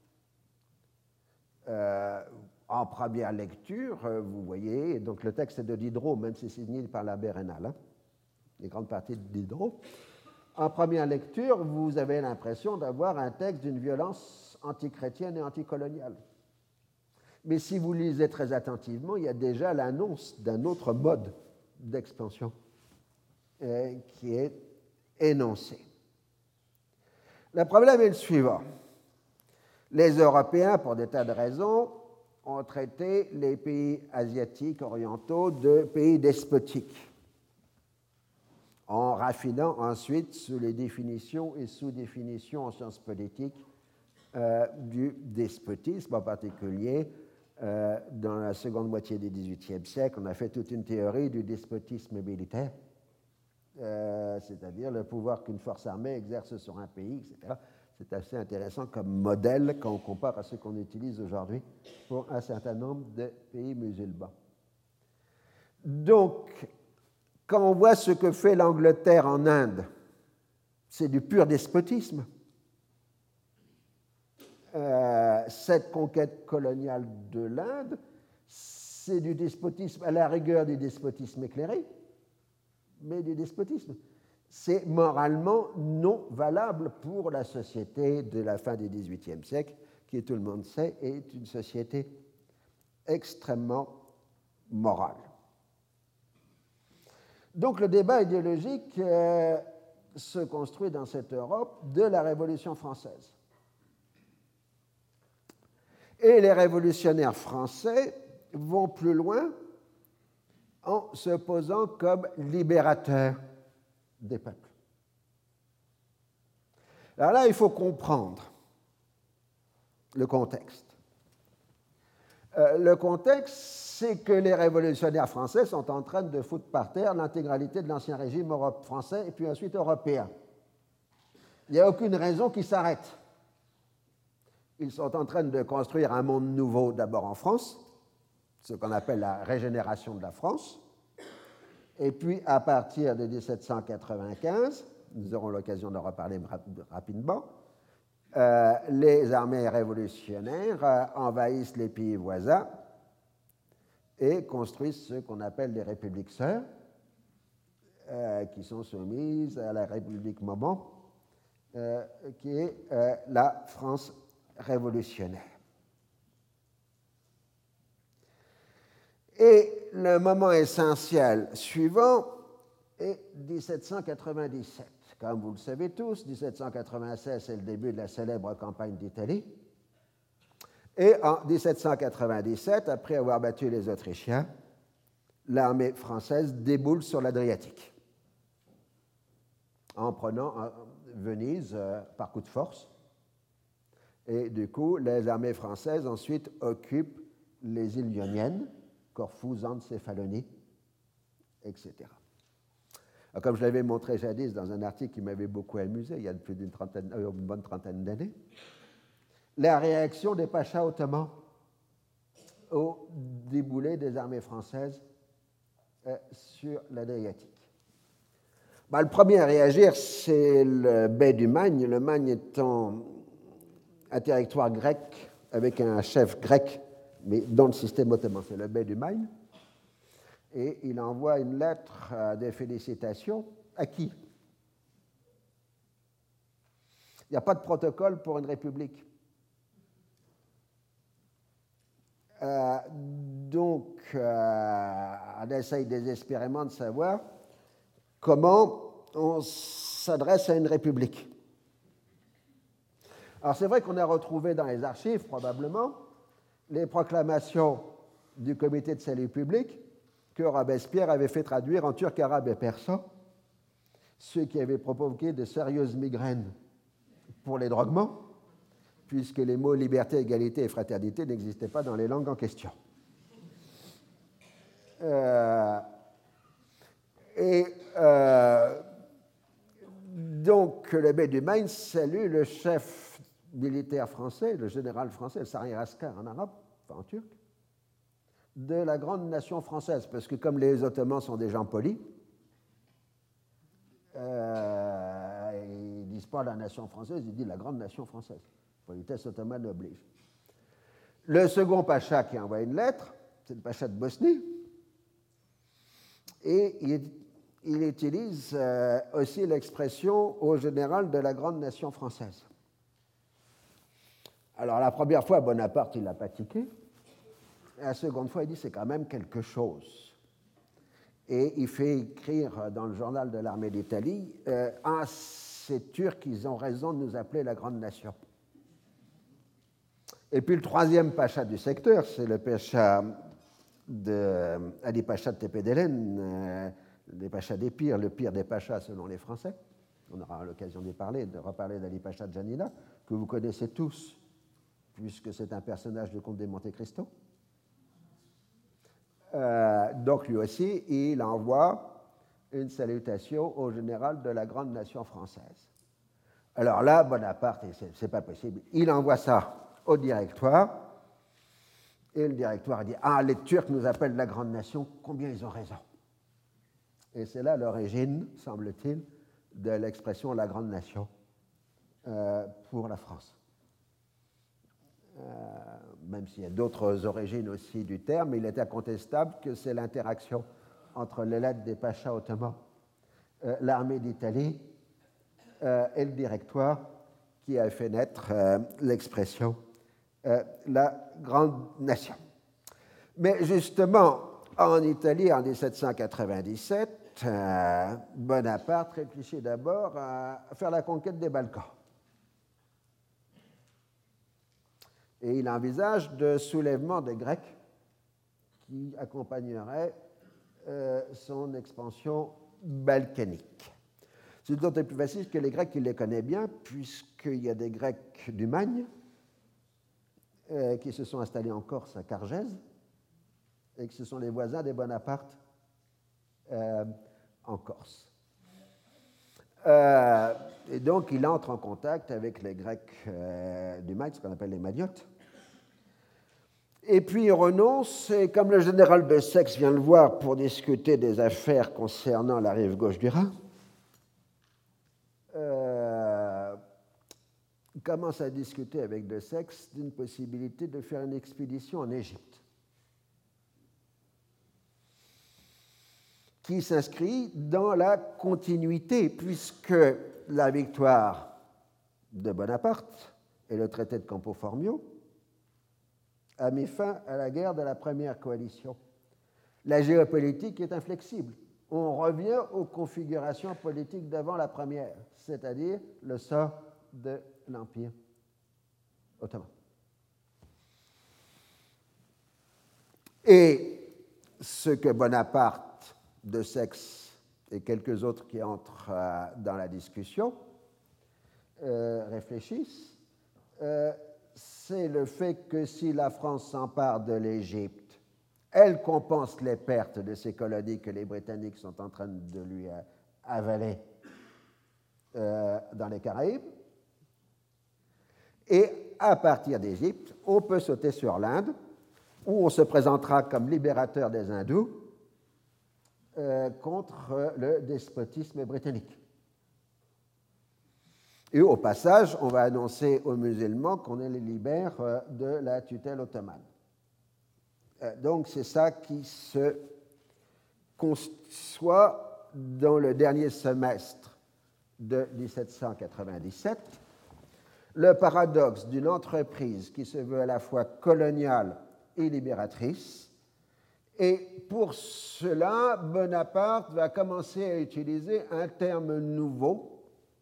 [SPEAKER 2] en première lecture, vous voyez, donc le texte est de Diderot, même si c'est signé par la Bérénal, hein, les grandes parties de Diderot. En première lecture, vous avez l'impression d'avoir un texte d'une violence antichrétienne et anticoloniale. Mais si vous lisez très attentivement, il y a déjà l'annonce d'un autre mode d'expansion qui est énoncé. Le problème est le suivant. Les Européens, pour des tas de raisons, ont traité les pays asiatiques orientaux de pays despotiques, en raffinant ensuite sous les définitions et sous-définitions en sciences politiques du despotisme, en particulier dans la seconde moitié du XVIIIe siècle. On a fait toute une théorie du despotisme militaire, c'est-à-dire le pouvoir qu'une force armée exerce sur un pays, etc. C'est assez intéressant comme modèle quand on compare à ce qu'on utilise aujourd'hui pour un certain nombre de pays musulmans. Donc, quand on voit ce que fait l'Angleterre en Inde, c'est du pur despotisme. Cette conquête coloniale de l'Inde, c'est du despotisme, à la rigueur du despotisme éclairé, mais du despotisme. C'est moralement non valable pour la société de la fin du XVIIIe siècle, qui, tout le monde sait, est une société extrêmement morale. Donc le débat idéologique se construit dans cette Europe de la Révolution française. Et les révolutionnaires français vont plus loin en se posant comme libérateurs des peuples. Alors là, il faut comprendre le contexte. Le contexte, c'est que les révolutionnaires français sont en train de foutre par terre l'intégralité de l'ancien régime français et puis ensuite européen. Il n'y a aucune raison qu'ils s'arrêtent. Ils sont en train de construire un monde nouveau d'abord en France, ce qu'on appelle la régénération de la France. Et puis, à partir de 1795, nous aurons l'occasion d'en reparler rapidement, les armées révolutionnaires envahissent les pays voisins et construisent ce qu'on appelle les républiques sœurs, qui sont soumises à la République Moment, qui est la France révolutionnaire. Et le moment essentiel suivant est 1797. Comme vous le savez tous, 1796, c'est le début de la célèbre campagne d'Italie. Et en 1797, après avoir battu les Autrichiens, l'armée française déboule sur l'Adriatique, en prenant Venise par coup de force. Et du coup, les armées françaises ensuite occupent les îles Ioniennes, Corfou, Zante, Céphalonie, etc. Alors, comme je l'avais montré jadis dans un article qui m'avait beaucoup amusé, il y a plus d'une bonne trentaine d'années, la réaction des pachas ottomans au déboulé des armées françaises sur l'Adriatique. Le premier à réagir, c'est le bey du Magne, le Magne étant un territoire grec avec un chef grec, mais dans le système ottoman, c'est le bey du Magne. Et il envoie une lettre de félicitations à qui? Il n'y a pas de protocole pour une république. Donc, on essaye désespérément de savoir comment on s'adresse à une république. Alors, c'est vrai qu'on a retrouvé dans les archives, probablement, les proclamations du comité de salut public que Robespierre avait fait traduire en turc, arabe et persan, ce qui avait provoqué de sérieuses migraines pour les droguements, puisque les mots liberté, égalité et fraternité n'existaient pas dans les langues en question. Donc, le bey du Maine salue le chef militaire français, le général français, le Sarı Asker en arabe, enfin en turc, de la grande nation française, parce que comme les Ottomans sont des gens polis, ils ne disent pas la nation française, ils disent la grande nation française. Politesse ottomane oblige. Le second pacha qui envoie une lettre, c'est le pacha de Bosnie, et il utilise aussi l'expression au général de la grande nation française. Alors la première fois, Bonaparte, il n'a pas tiqué. La seconde fois, il dit c'est quand même quelque chose. Et il fait écrire dans le journal de l'armée d'Italie ces Turcs, ils ont raison de nous appeler la grande nation. Et puis le troisième pacha du secteur, c'est le pacha Ali Pacha de Tepedelen, les pachas des pires, le pire des pachas selon les Français. On aura l'occasion de reparler d'Ali Pacha de Janina, que vous connaissez tous, puisque c'est un personnage du Comte de Monte Cristo. Donc lui aussi, il envoie une salutation au général de la grande nation française. Alors là, Bonaparte, c'est pas possible, il envoie ça au directoire, et le directoire dit « Ah, les Turcs nous appellent la grande nation, combien ils ont raison ?» Et c'est là l'origine, semble-t-il, de l'expression « la grande nation » pour la France. Même s'il y a d'autres origines aussi du terme, il est incontestable que c'est l'interaction entre les lettres des pachas ottomans, l'armée d'Italie et le directoire qui a fait naître l'expression la grande nation. Mais justement, en Italie, en 1797, Bonaparte réfléchit d'abord à faire la conquête des Balkans. Et il envisage de soulèvement des Grecs qui accompagnerait son expansion balkanique. C'est d'autant plus facile que les Grecs, il les connaît bien, puisqu'il y a des Grecs du Magne qui se sont installés en Corse, à Cargèse, et que ce sont les voisins des Bonaparte en Corse. Et donc, il entre en contact avec les Grecs du Magne, ce qu'on appelle les Magnotes. Et puis, il renonce, et comme le général de Saxe vient le voir pour discuter des affaires concernant la rive gauche du Rhin, il commence à discuter avec de Saxe d'une possibilité de faire une expédition en Égypte, qui s'inscrit dans la continuité, puisque la victoire de Bonaparte et le traité de Campo Formio a mis fin à la guerre de la première coalition. La géopolitique est inflexible. On revient aux configurations politiques d'avant la première, c'est-à-dire le sort de l'Empire ottoman. Et ce que Bonaparte, de Saxe et quelques autres qui entrent dans la discussion réfléchissent, c'est le fait que si la France s'empare de l'Égypte, elle compense les pertes de ces colonies que les Britanniques sont en train de lui avaler dans les Caraïbes. Et à partir d'Égypte, on peut sauter sur l'Inde, où on se présentera comme libérateur des hindous contre le despotisme britannique. Et au passage, on va annoncer aux musulmans qu'on les libère de la tutelle ottomane. Donc c'est ça qui se conçoit dans le dernier semestre de 1797. Le paradoxe d'une entreprise qui se veut à la fois coloniale et libératrice. Et pour cela, Bonaparte va commencer à utiliser un terme nouveau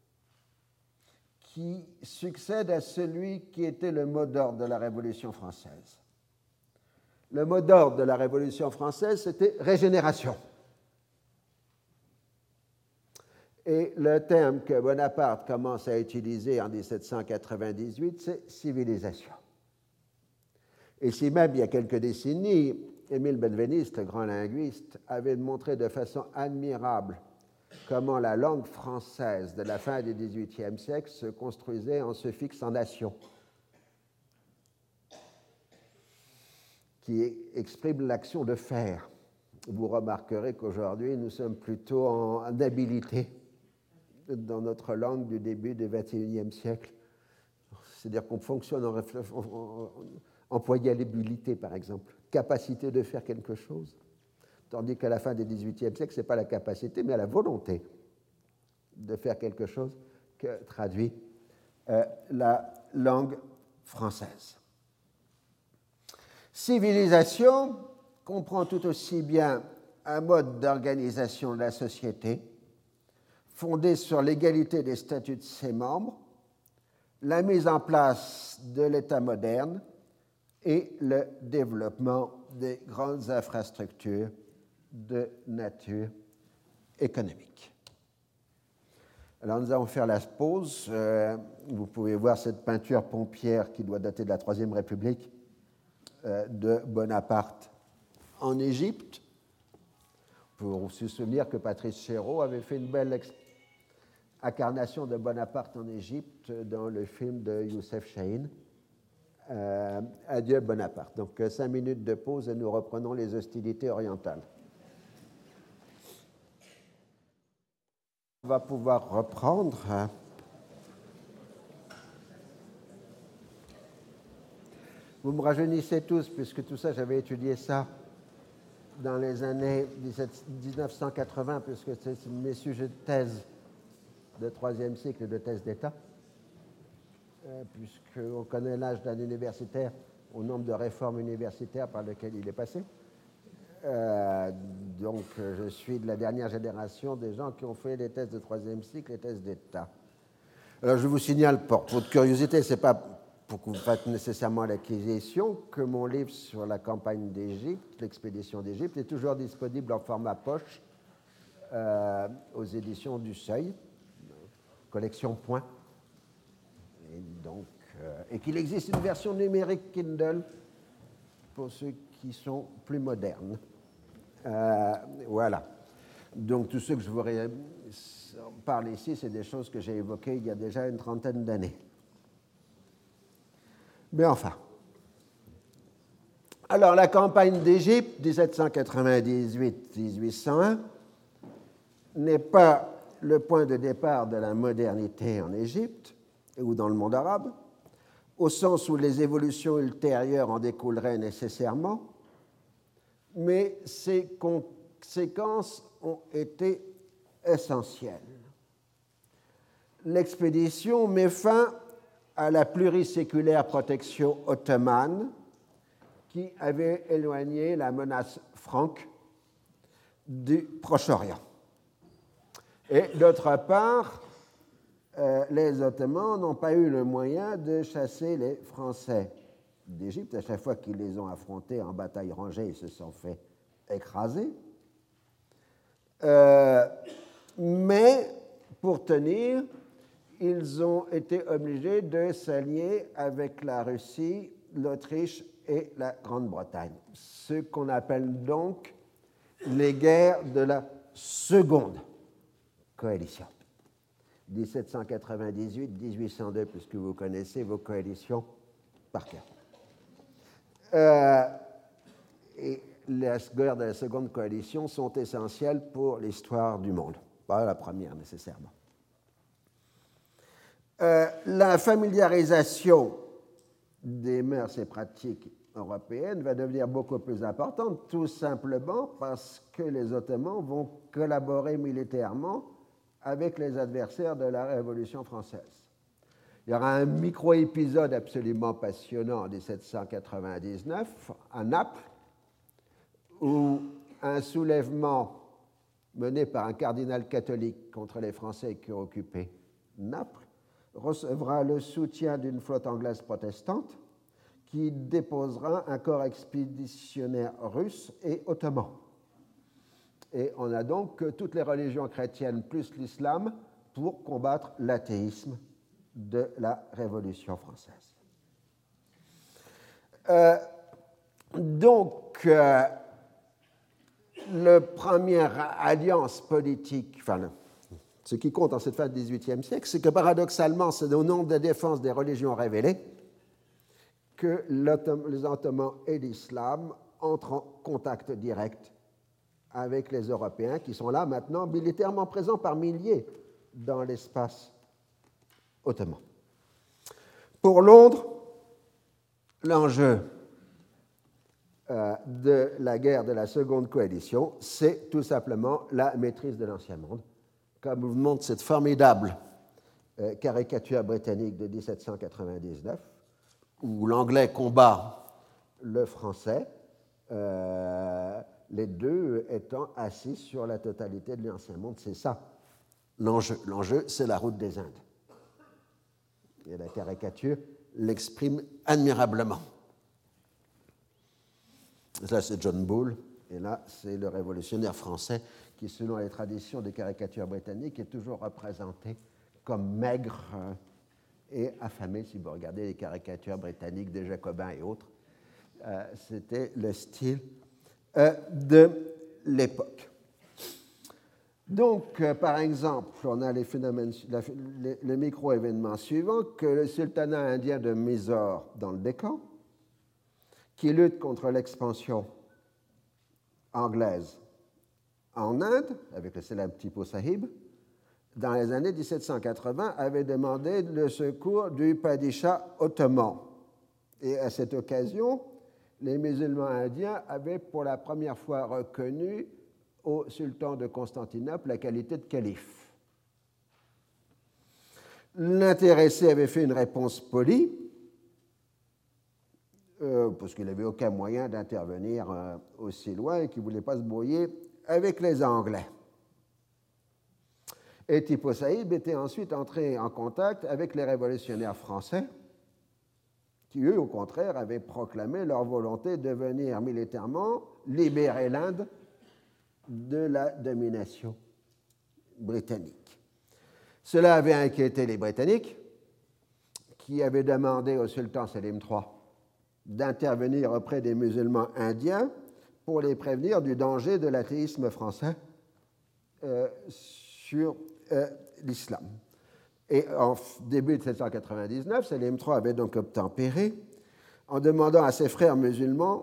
[SPEAKER 2] qui succède à celui qui était le mot d'ordre de la Révolution française. Le mot d'ordre de la Révolution française, c'était régénération. Et le terme que Bonaparte commence à utiliser en 1798, c'est civilisation. Et si même, il y a quelques décennies, Émile Benveniste, le grand linguiste, avait montré de façon admirable comment la langue française de la fin du XVIIIe siècle se construisait en suffixe en nation, qui exprime l'action de faire. Vous remarquerez qu'aujourd'hui, nous sommes plutôt en habilité dans notre langue du début du XXIe siècle. C'est-à-dire qu'on fonctionne en employabilité, par exemple, capacité de faire quelque chose. Tandis qu'à la fin du XVIIIe siècle, ce n'est pas la capacité, mais la volonté de faire quelque chose que traduit la langue française. Civilisation comprend tout aussi bien un mode d'organisation de la société fondé sur l'égalité des statuts de ses membres, la mise en place de l'État moderne et le développement des grandes infrastructures de nature économique. Alors nous allons faire la pause. Vous pouvez voir cette peinture pompière qui doit dater de la Troisième République de Bonaparte en Égypte. Vous pouvez se souvenir que Patrice Chéreau avait fait une belle incarnation de Bonaparte en Égypte dans le film de Youssef Chahine, Adieu Bonaparte. Donc 5 minutes de pause et nous reprenons les hostilités orientales. On va pouvoir reprendre. Vous me rajeunissez tous, puisque tout ça, j'avais étudié ça dans les années 1980, puisque c'est mes sujets de thèse de troisième cycle de thèse d'État, puisqu'on connaît l'âge d'un universitaire au nombre de réformes universitaires par lesquelles il est passé. Donc, je suis de la dernière génération des gens qui ont fait les thèses de troisième cycle et thèses d'État. Alors, je vous signale, pour votre curiosité, ce n'est pas pour que vous fassiez nécessairement l'acquisition, que mon livre sur la campagne d'Égypte, l'expédition d'Égypte, est toujours disponible en format poche aux éditions du Seuil, collection Point. Et, donc, et qu'il existe une version numérique Kindle pour ceux qui sont plus modernes. Voilà. Donc tout ce que je vous parle ici, c'est des choses que j'ai évoquées il y a déjà une trentaine d'années. Mais enfin. Alors la campagne d'Égypte, 1798-1801, n'est pas le point de départ de la modernité en Égypte ou dans le monde arabe, au sens où les évolutions ultérieures en découleraient nécessairement, mais ses conséquences ont été essentielles. L'expédition met fin à la pluriséculaire protection ottomane qui avait éloigné la menace franque du Proche-Orient. Et d'autre part, les Ottomans n'ont pas eu le moyen de chasser les Français d'Égypte. À chaque fois qu'ils les ont affrontés en bataille rangée, ils se sont fait écraser. Mais pour tenir, ils ont été obligés de s'allier avec la Russie, l'Autriche et la Grande-Bretagne. Ce qu'on appelle donc les guerres de la Seconde Coalition. 1798-1802, puisque vous connaissez vos coalitions par cœur. Et les guerres de la Seconde Coalition sont essentielles pour l'histoire du monde, pas la première nécessairement. La familiarisation des mœurs et pratiques européennes va devenir beaucoup plus importante, tout simplement parce que les Ottomans vont collaborer militairement avec les adversaires de la Révolution française. Il y aura un micro-épisode absolument passionnant en 1799 à Naples, où un soulèvement mené par un cardinal catholique contre les Français qui ont occupé Naples recevra le soutien d'une flotte anglaise protestante qui déposera un corps expéditionnaire russe et ottoman. Et on a donc toutes les religions chrétiennes plus l'islam pour combattre l'athéisme de la Révolution française. La première alliance politique, ce qui compte en cette fin du XVIIIe siècle, c'est que paradoxalement, c'est au nom de la défense des religions révélées que les Ottomans et l'islam entrent en contact direct avec les Européens qui sont là maintenant militairement présents par milliers dans l'espace ottoman. Pour Londres, l'enjeu de la guerre de la Seconde Coalition, c'est tout simplement la maîtrise de l'Ancien Monde, comme vous montre cette formidable caricature britannique de 1799, où l'anglais combat le français, les deux étant assis sur la totalité de l'Ancien Monde. C'est ça l'enjeu. L'enjeu, c'est la route des Indes. Et la caricature l'exprime admirablement. Là, c'est John Bull, et là, c'est le révolutionnaire français qui, selon les traditions des caricatures britanniques, est toujours représenté comme maigre et affamé. Si vous regardez les caricatures britanniques des Jacobins et autres, c'était le style de l'époque. Donc, par exemple, on a les phénomènes, les micro-événements suivants, que le sultanat indien de Mysore dans le Décan, qui lutte contre l'expansion anglaise en Inde, avec le célèbre Tipu Sahib, dans les années 1780, avait demandé le secours du Padishah ottoman. Et à cette occasion, les musulmans indiens avaient pour la première fois reconnu au sultan de Constantinople la qualité de calife. L'intéressé avait fait une réponse polie, parce qu'il n'avait aucun moyen d'intervenir aussi loin et qu'il ne voulait pas se brouiller avec les Anglais. Et Tipu Sahib était ensuite entré en contact avec les révolutionnaires français qui, eux, au contraire, avaient proclamé leur volonté de venir militairement libérer l'Inde de la domination britannique. Cela avait inquiété les Britanniques, qui avaient demandé au sultan Selim III d'intervenir auprès des musulmans indiens pour les prévenir du danger de l'athéisme français sur l'islam. Et en début de 1799, Selim III avait donc obtempéré en demandant à ses frères musulmans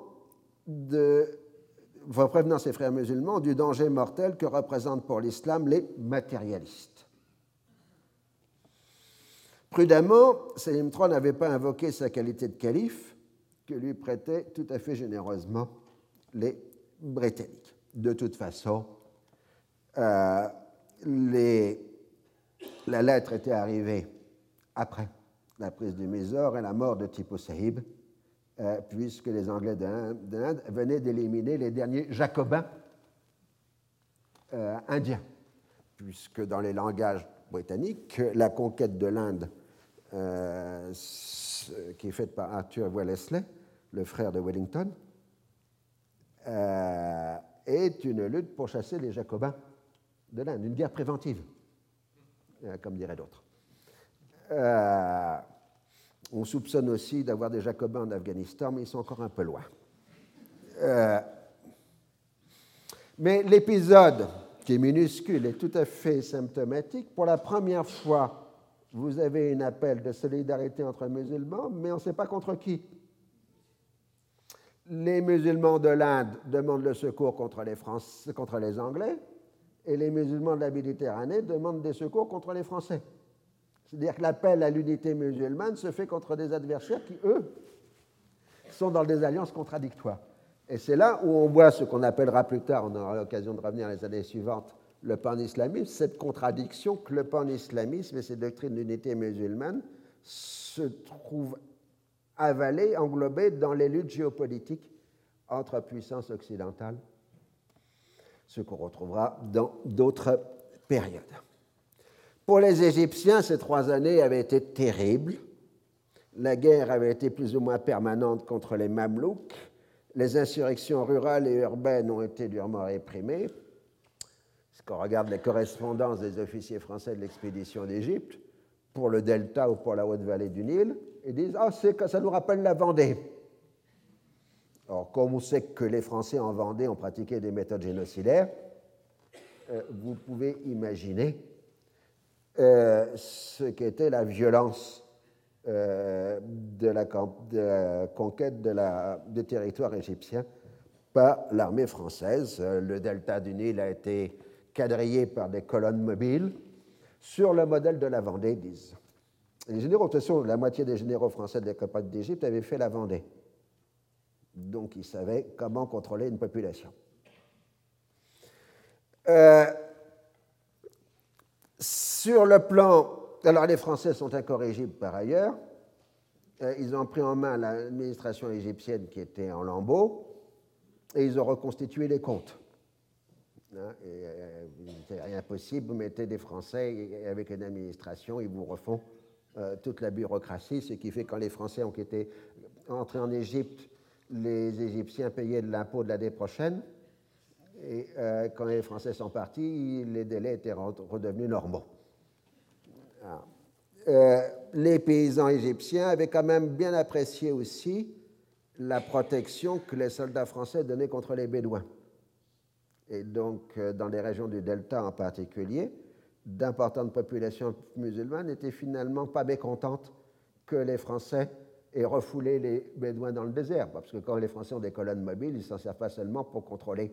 [SPEAKER 2] prévenant ses frères musulmans du danger mortel que représentent pour l'islam les matérialistes. Prudemment, Selim III n'avait pas invoqué sa qualité de calife que lui prêtaient tout à fait généreusement les Britanniques. De toute façon, la lettre était arrivée après la prise du Mysore et la mort de Tipu Sahib, puisque les Anglais d'Inde venaient d'éliminer les derniers jacobins indiens, puisque dans les langages britanniques, la conquête de l'Inde, qui est faite par Arthur Wellesley, le frère de Wellington, est une lutte pour chasser les jacobins de l'Inde, une guerre préventive, comme diraient d'autres. On soupçonne aussi d'avoir des jacobins en Afghanistan, mais ils sont encore un peu loin. Mais l'épisode, qui est minuscule, est tout à fait symptomatique. Pour la première fois, vous avez un appel de solidarité entre musulmans, mais on ne sait pas contre qui. Les musulmans de l'Inde demandent le secours contre les Anglais, et les musulmans de la Méditerranée demandent des secours contre les Français. C'est-à-dire que l'appel à l'unité musulmane se fait contre des adversaires qui, eux, sont dans des alliances contradictoires. Et c'est là où on voit ce qu'on appellera plus tard, on aura l'occasion de revenir les années suivantes, le pan-islamisme, cette contradiction que le pan-islamisme et ses doctrines d'unité musulmane se trouvent avalées, englobées dans les luttes géopolitiques entre puissances occidentales, ce qu'on retrouvera dans d'autres périodes. Pour les Égyptiens, ces 3 années avaient été terribles. La guerre avait été plus ou moins permanente contre les Mamelouks. Les insurrections rurales et urbaines ont été durement réprimées. Quand on regarde les correspondances des officiers français de l'expédition d'Égypte, pour le delta ou pour la haute vallée du Nil, ils disent « Ah, ça nous rappelle la Vendée ». Alors, comme on sait que les Français en Vendée ont pratiqué des méthodes génocidaires, vous pouvez imaginer ce qu'était la violence de la conquête des territoires égyptiens par l'armée française. Le delta du Nil a été quadrillé par des colonnes mobiles sur le modèle de la Vendée, disent. Les généraux, de toute façon, la moitié des généraux français de la campagne d'Égypte avaient fait la Vendée. Donc, ils savaient comment contrôler une population. Sur le plan... Alors, les Français sont incorrigibles par ailleurs. Ils ont pris en main l'administration égyptienne qui était en lambeaux et ils ont reconstitué les comptes. C'est rien possible, vous mettez des Français avec une administration, ils vous refont toute la bureaucratie, ce qui fait que quand les Français ont été entrés en Égypte, les Égyptiens payaient de l'impôt de l'année prochaine, et quand les Français sont partis, les délais étaient redevenus normaux. Les paysans égyptiens avaient quand même bien apprécié aussi la protection que les soldats français donnaient contre les Bédouins. Et donc, dans les régions du Delta en particulier, d'importantes populations musulmanes n'étaient finalement pas mécontentes que les Français aient refoulé les Bédouins dans le désert, parce que quand les Français ont des colonnes mobiles, ils ne s'en servent pas seulement pour contrôler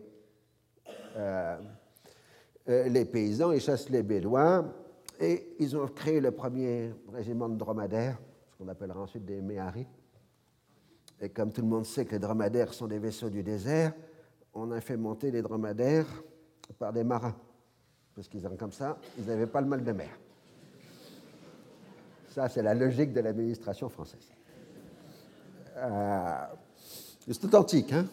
[SPEAKER 2] les paysans, ils chassent les Bédouins, et ils ont créé le premier régiment de dromadaires, ce qu'on appellera ensuite des Méharis. Et comme tout le monde sait que les dromadaires sont des vaisseaux du désert, on a fait monter les dromadaires par des marins, parce qu'ils ont comme ça, ils n'avaient pas le mal de mer. Ça, c'est la logique de l'administration française. C'est authentique, hein?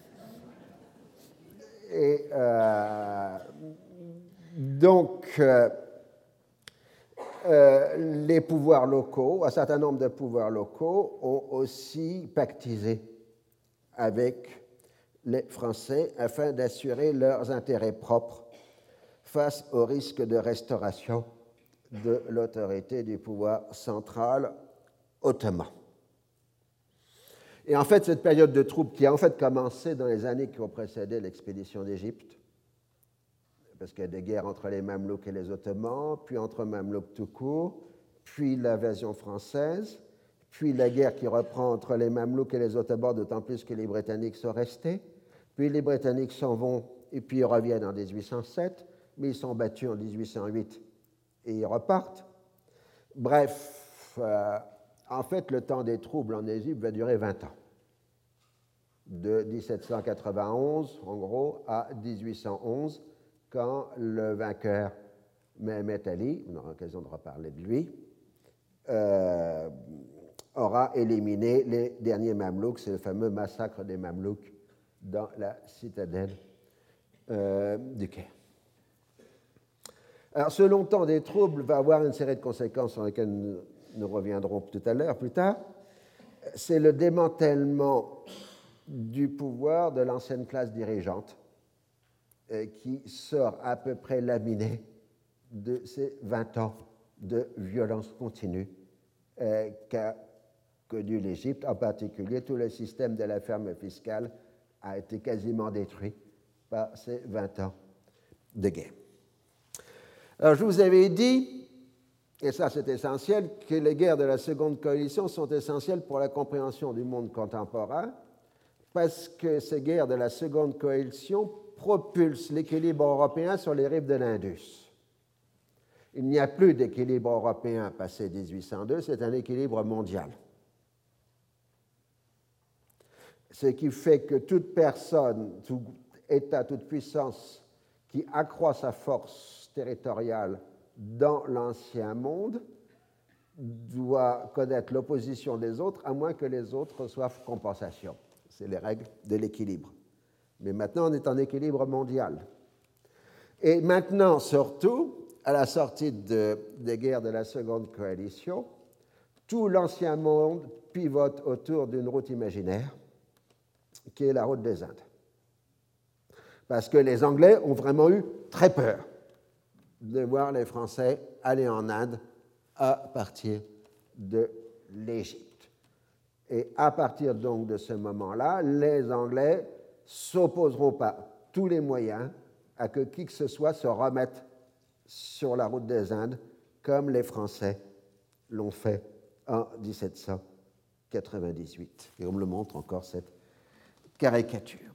[SPEAKER 2] Et donc, les pouvoirs locaux, un certain nombre de pouvoirs locaux ont aussi pactisé avec les Français afin d'assurer leurs intérêts propres face au risque de restauration de l'autorité du pouvoir central ottoman. Et en fait, cette période de troubles qui a en fait commencé dans les années qui ont précédé l'expédition d'Égypte, parce qu'il y a des guerres entre les Mamelouks et les Ottomans, puis entre Mamelouks tout court, puis l'invasion française, puis la guerre qui reprend entre les Mamelouks et les Ottomans, d'autant plus que les Britanniques sont restés, puis les Britanniques s'en vont et puis ils reviennent en 1807, mais ils sont battus en 1808 et ils repartent. Bref, en fait, le temps des troubles en Égypte va durer 20 ans, de 1791, en gros, à 1811, quand le vainqueur Mehmet Ali, on aura l'occasion de reparler de lui, aura éliminé les derniers Mamelouks. C'est le fameux massacre des Mamelouks dans la citadelle du Caire. Alors, ce long temps des troubles va avoir une série de conséquences sur lesquelles nous reviendrons tout à l'heure, plus tard. C'est le démantèlement du pouvoir de l'ancienne classe dirigeante qui sort à peu près laminé de ces 20 ans de violence continue qu'a connu l'Égypte. En particulier, tout le système de la ferme fiscale a été quasiment détruit par ces 20 ans de guerre. Alors, je vous avais dit, et ça c'est essentiel, que les guerres de la Seconde Coalition sont essentielles pour la compréhension du monde contemporain, parce que ces guerres de la Seconde Coalition propulsent l'équilibre européen sur les rives de l'Indus. Il n'y a plus d'équilibre européen passé 1802, c'est un équilibre mondial. Ce qui fait que toute personne, tout État, toute puissance qui accroît sa force territoriale dans l'ancien monde doit connaître l'opposition des autres, à moins que les autres reçoivent compensation. C'est les règles de l'équilibre. Mais maintenant, on est en équilibre mondial. Et maintenant, surtout, à la sortie des guerres de la Seconde Coalition, tout l'ancien monde pivote autour d'une route imaginaire, qui est la route des Indes. Parce que les Anglais ont vraiment eu très peur de voir les Français aller en Inde à partir de l'Égypte. Et à partir donc de ce moment-là, les Anglais s'opposeront par tous les moyens à que qui que ce soit se remette sur la route des Indes, comme les Français l'ont fait en 1798. Et on me le montre encore, cette caricature.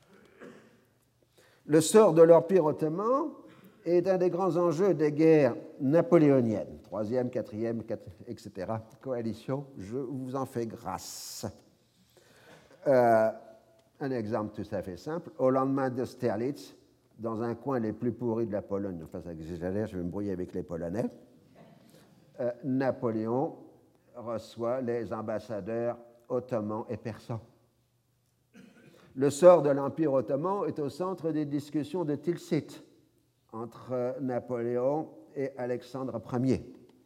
[SPEAKER 2] Le sort de l'Empire ottoman est un des grands enjeux des guerres napoléoniennes, 3e, 4e, etc. Coalition, je vous en fais grâce. Un exemple tout à fait simple. Au lendemain d'Austerlitz, dans un coin les plus pourris de la Pologne, enfin, je vais me brouiller avec les Polonais, Napoléon reçoit les ambassadeurs ottomans et persans. Le sort de l'Empire ottoman est au centre des discussions de Tilsit entre Napoléon et Alexandre Ier.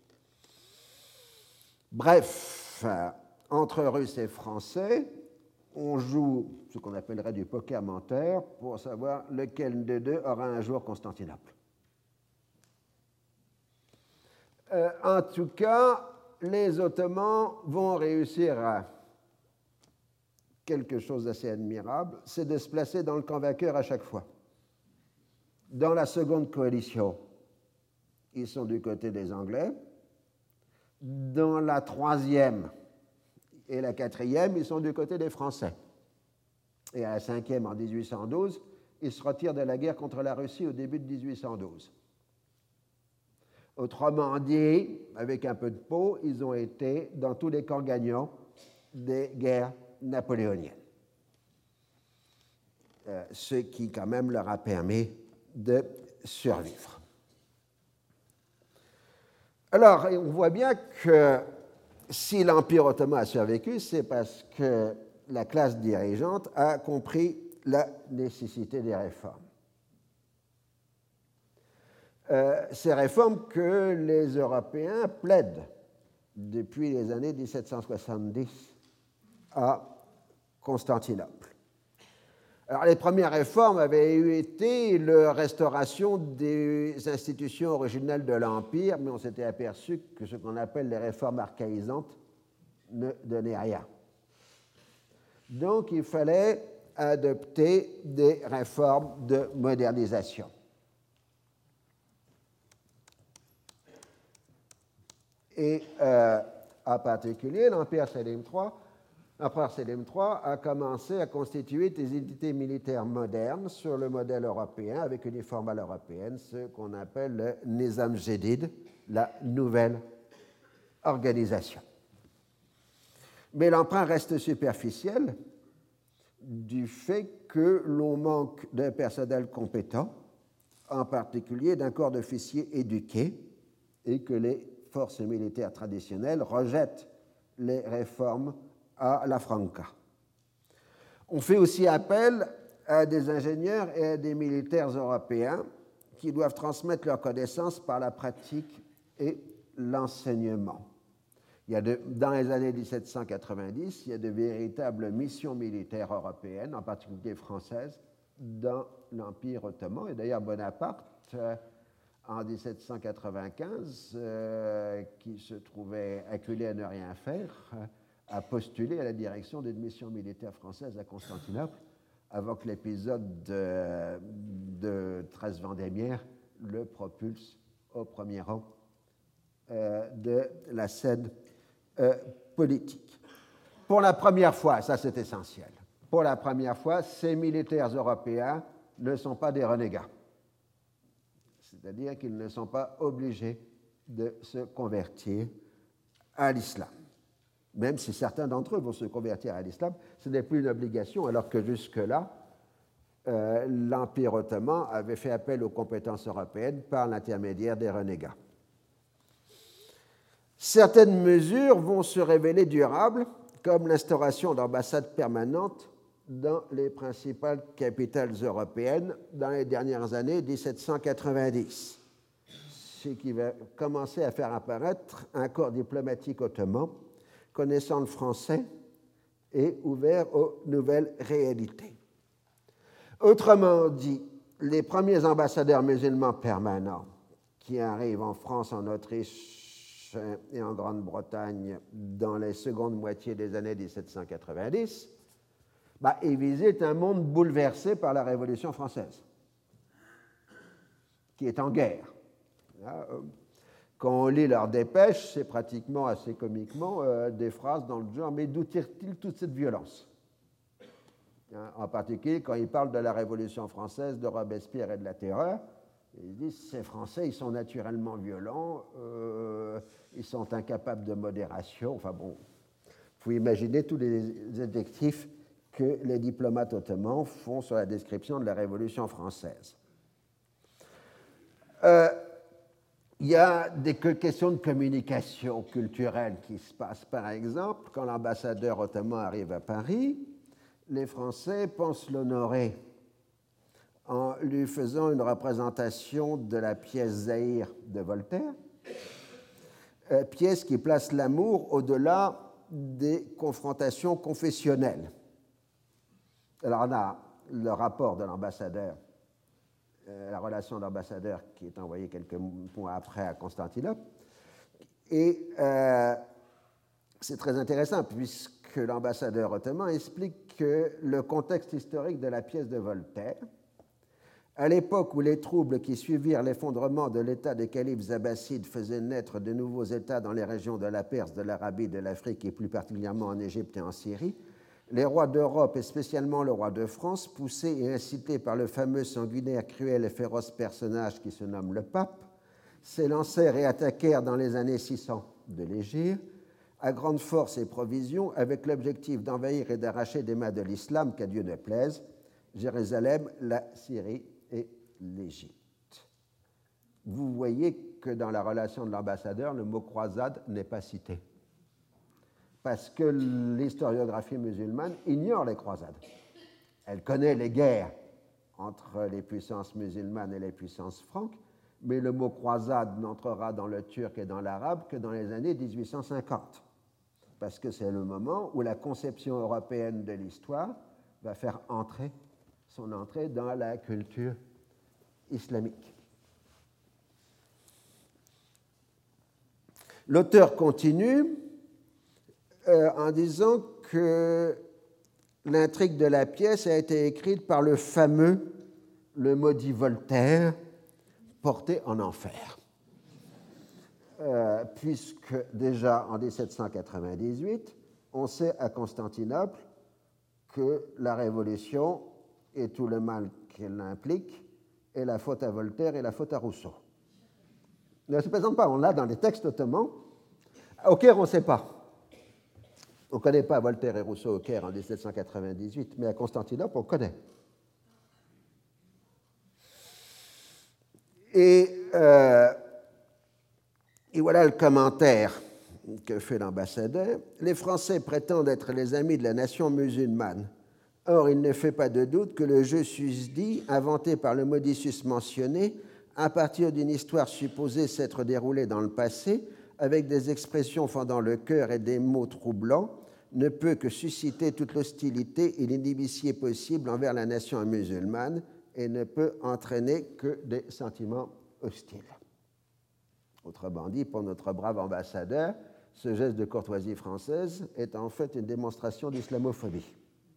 [SPEAKER 2] Bref, entre Russes et Français, on joue ce qu'on appellerait du poker menteur pour savoir lequel des deux aura un jour Constantinople. En tout cas, les Ottomans vont réussir à quelque chose d'assez admirable, c'est de se placer dans le camp vainqueur à chaque fois. Dans la Seconde Coalition, ils sont du côté des Anglais. Dans la 3e et la 4e, ils sont du côté des Français. Et à la 5e, en 1812, ils se retirent de la guerre contre la Russie au début de 1812. Autrement dit, avec un peu de peau, ils ont été dans tous les camps gagnants des guerres napoléoniennes. Ce qui, quand même, leur a permis de survivre. Alors, on voit bien que si l'Empire ottoman a survécu, c'est parce que la classe dirigeante a compris la nécessité des réformes. ces réformes que les Européens plaident depuis les années 1770 à Constantinople. Alors, les premières réformes avaient été la restauration des institutions originelles de l'Empire, mais on s'était aperçu que ce qu'on appelle les réformes archaïsantes ne donnaient rien. Donc, il fallait adopter des réformes de modernisation. Et en particulier, l'Empereur Sélim III a commencé à constituer des unités militaires modernes sur le modèle européen, avec une uniforme à l'européenne, ce qu'on appelle le Nizam Jedid, la nouvelle organisation. Mais l'emprunt reste superficiel du fait que l'on manque d'un personnel compétent, en particulier d'un corps d'officiers éduqués, et que les forces militaires traditionnelles rejettent les réformes à la Franca. On fait aussi appel à des ingénieurs et à des militaires européens qui doivent transmettre leurs connaissances par la pratique et l'enseignement. Dans les années 1790, il y a de véritables missions militaires européennes, en particulier françaises, dans l'Empire ottoman. Et d'ailleurs, Bonaparte, en 1795, qui se trouvait acculé à ne rien faire, a postulé à la direction d'une mission militaire française à Constantinople, avant que l'épisode de 13 Vendémiaire le propulse au premier rang de la scène politique. Pour la première fois, ça c'est essentiel, pour la première fois, ces militaires européens ne sont pas des renégats. C'est-à-dire qu'ils ne sont pas obligés de se convertir à l'islam. Même si certains d'entre eux vont se convertir à l'islam, ce n'est plus une obligation, alors que jusque-là, l'Empire ottoman avait fait appel aux compétences européennes par l'intermédiaire des renégats. Certaines mesures vont se révéler durables, comme l'instauration d'ambassades permanentes dans les principales capitales européennes dans les dernières années 1790, ce qui va commencer à faire apparaître un corps diplomatique ottoman connaissant le français et ouvert aux nouvelles réalités. Autrement dit, les premiers ambassadeurs musulmans permanents qui arrivent en France, en Autriche et en Grande-Bretagne dans les secondes moitiés des années 1790, ils visitent un monde bouleversé par la Révolution française, qui est en guerre. Quand on lit leurs dépêches, c'est pratiquement, assez comiquement, des phrases dans le genre « Mais d'où tire-t-il toute cette violence ?» En particulier, quand ils parlent de la Révolution française, de Robespierre et de la Terreur, ils disent « Ces Français, ils sont naturellement violents, ils sont incapables de modération. » Enfin bon, vous pouvez imaginer tous les adjectifs que les diplomates ottomans font sur la description de la Révolution française. Il y a des questions de communication culturelle qui se passent. Par exemple, quand l'ambassadeur ottoman arrive à Paris, les Français pensent l'honorer en lui faisant une représentation de la pièce Zahir de Voltaire, pièce qui place l'amour au-delà des confrontations confessionnelles. Alors on a le rapport de l'ambassadeur, la relation de l'ambassadeur qui est envoyée quelques mois après à Constantinople. Et c'est très intéressant puisque l'ambassadeur ottoman explique que le contexte historique de la pièce de Voltaire, à l'époque où les troubles qui suivirent l'effondrement de l'État des califes abbassides faisaient naître de nouveaux États dans les régions de la Perse, de l'Arabie, de l'Afrique et plus particulièrement en Égypte et en Syrie, les rois d'Europe, et spécialement le roi de France, poussés et incités par le fameux sanguinaire, cruel et féroce personnage qui se nomme le pape, s'élancèrent et attaquèrent dans les années 600 de l'Hégire, à grande force et provision, avec l'objectif d'envahir et d'arracher des mains de l'islam, qu'à Dieu ne plaise, Jérusalem, la Syrie et l'Égypte. Vous voyez que dans la relation de l'ambassadeur, le mot croisade n'est pas cité, parce que l'historiographie musulmane ignore les croisades. Elle connaît les guerres entre les puissances musulmanes et les puissances franques, mais le mot croisade n'entrera dans le turc et dans l'arabe que dans les années 1850, parce que c'est le moment où la conception européenne de l'histoire va faire son entrée dans la culture islamique. L'auteur continue en disant que l'intrigue de la pièce a été écrite par le fameux, le maudit Voltaire, porté en enfer. Puisque déjà en 1798, on sait à Constantinople que la Révolution et tout le mal qu'elle implique est la faute à Voltaire et la faute à Rousseau. Ne se présente pas, on l'a dans les textes ottomans. Au Caire, on ne sait pas. On ne connaît pas Voltaire et Rousseau au Caire en 1798, mais à Constantinople, on connaît. Et voilà le commentaire que fait l'ambassadeur. Les Français prétendent être les amis de la nation musulmane. Or, il ne fait pas de doute que le jeu susdit, inventé par le Modicus mentionné, à partir d'une histoire supposée s'être déroulée dans le passé, avec des expressions fendant le cœur et des mots troublants, ne peut que susciter toute l'hostilité et l'inimitié possible envers la nation musulmane et ne peut entraîner que des sentiments hostiles. Autrement dit, pour notre brave ambassadeur, ce geste de courtoisie française est en fait une démonstration d'islamophobie.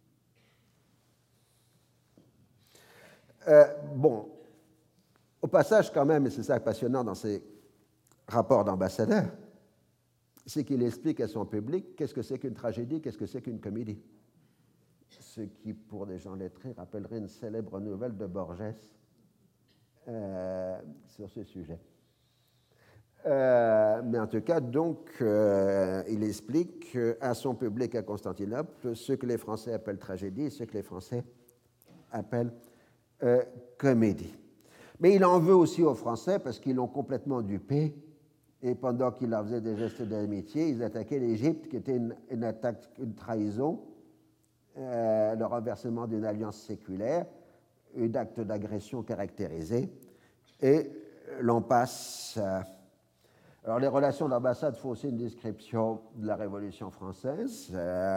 [SPEAKER 2] Bon, au passage quand même, et c'est ça passionnant dans ces rapports d'ambassadeur, c'est qu'il explique à son public qu'est-ce que c'est qu'une tragédie, qu'est-ce que c'est qu'une comédie. Ce qui, pour des gens lettrés, rappellerait une célèbre nouvelle de Borges sur ce sujet. Mais en tout cas, donc, il explique à son public à Constantinople ce que les Français appellent tragédie et ce que les Français appellent comédie. Mais il en veut aussi aux Français parce qu'ils l'ont complètement dupé. Et pendant qu'il leur faisait des gestes d'amitié, ils attaquaient l'Égypte, qui était une attaque, une trahison, le renversement d'une alliance séculaire, un acte d'agression caractérisé, et l'on passe. Alors, les relations d'ambassade font aussi une description de la Révolution française.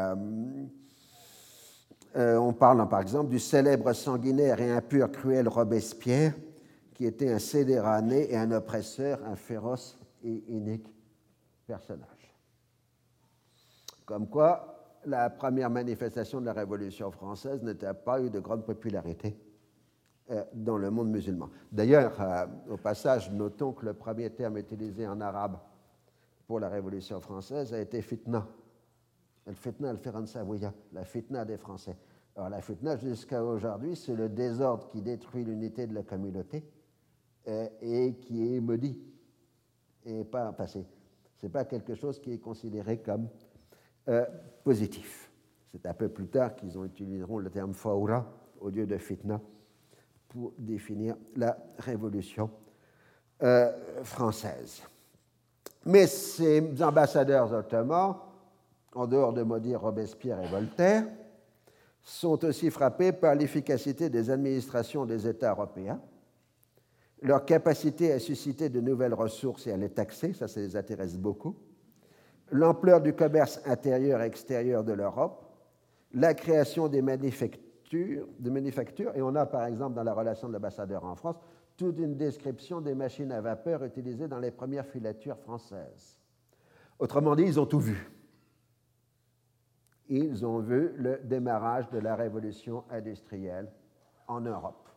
[SPEAKER 2] On parle, par exemple, du célèbre sanguinaire et impur cruel Robespierre, qui était un scélérat né et un oppresseur, un féroce et inique personnage. Comme quoi, la première manifestation de la Révolution française n'était pas eu de grande popularité dans le monde musulman. D'ailleurs, au passage, notons que le premier terme utilisé en arabe pour la Révolution française a été fitna. El fitna al-Faransawiya, la fitna des Français. Alors la fitna, jusqu'à aujourd'hui, c'est le désordre qui détruit l'unité de la communauté et qui est maudit et pas passé. Ce n'est pas quelque chose qui est considéré comme positif. C'est un peu plus tard qu'ils utiliseront le terme fawra au lieu de fitna pour définir la Révolution française. Mais ces ambassadeurs ottomans, en dehors de maudire Robespierre et Voltaire, sont aussi frappés par l'efficacité des administrations des États européens, leur capacité à susciter de nouvelles ressources et à les taxer, ça les intéresse beaucoup, l'ampleur du commerce intérieur et extérieur de l'Europe, la création des manufactures, et on a par exemple dans la relation de l'ambassadeur en France toute une description des machines à vapeur utilisées dans les premières filatures françaises. Autrement dit, ils ont tout vu. Ils ont vu le démarrage de la révolution industrielle en Europe.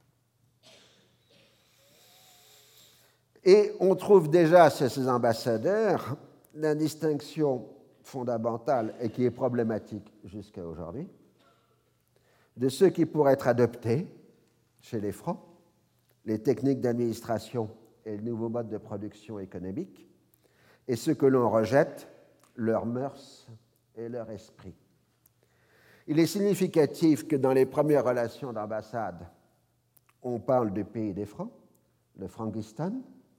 [SPEAKER 2] Et on trouve déjà chez ces ambassadeurs la distinction fondamentale et qui est problématique jusqu'à aujourd'hui de ceux qui pourraient être adoptés chez les Francs, les techniques d'administration et le nouveau mode de production économique, et ceux que l'on rejette, leurs mœurs et leur esprit. Il est significatif que dans les premières relations d'ambassade, on parle du pays des Francs, le Frangistan,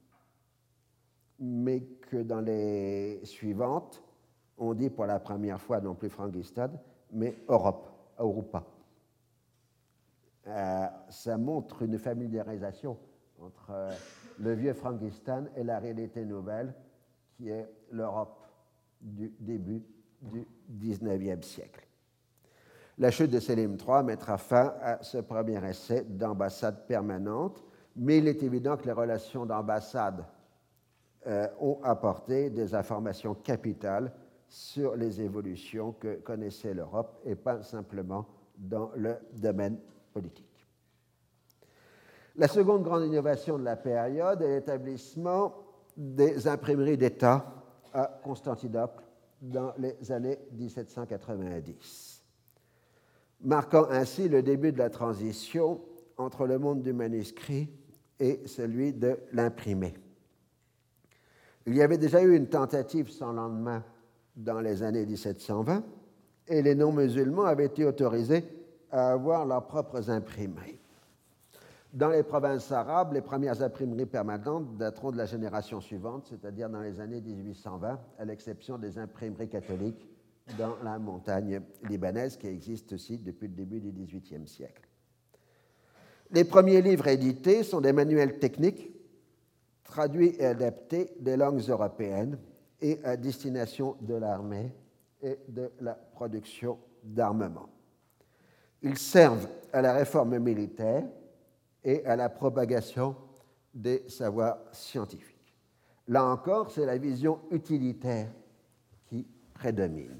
[SPEAKER 2] mais que dans les suivantes, on dit pour la première fois non plus Frangistan, mais Europe, Europa. Ça montre une familiarisation entre le vieux Frangistan et la réalité nouvelle qui est l'Europe du début du XIXe siècle. La chute de Sélim III mettra fin à ce premier essai d'ambassade permanente, mais il est évident que les relations d'ambassade ont apporté des informations capitales sur les évolutions que connaissait l'Europe et pas simplement dans le domaine politique. La seconde grande innovation de la période est l'établissement des imprimeries d'État à Constantinople dans les années 1790, marquant ainsi le début de la transition entre le monde du manuscrit et celui de l'imprimé. Il y avait déjà eu une tentative sans lendemain dans les années 1720 et les non-musulmans avaient été autorisés à avoir leurs propres imprimeries. Dans les provinces arabes, les premières imprimeries permanentes dateront de la génération suivante, c'est-à-dire dans les années 1820, à l'exception des imprimeries catholiques dans la montagne libanaise qui existe aussi depuis le début du XVIIIe siècle. Les premiers livres édités sont des manuels techniques traduits et adaptés des langues européennes et à destination de l'armée et de la production d'armement. Ils servent à la réforme militaire et à la propagation des savoirs scientifiques. Là encore, c'est la vision utilitaire qui prédomine.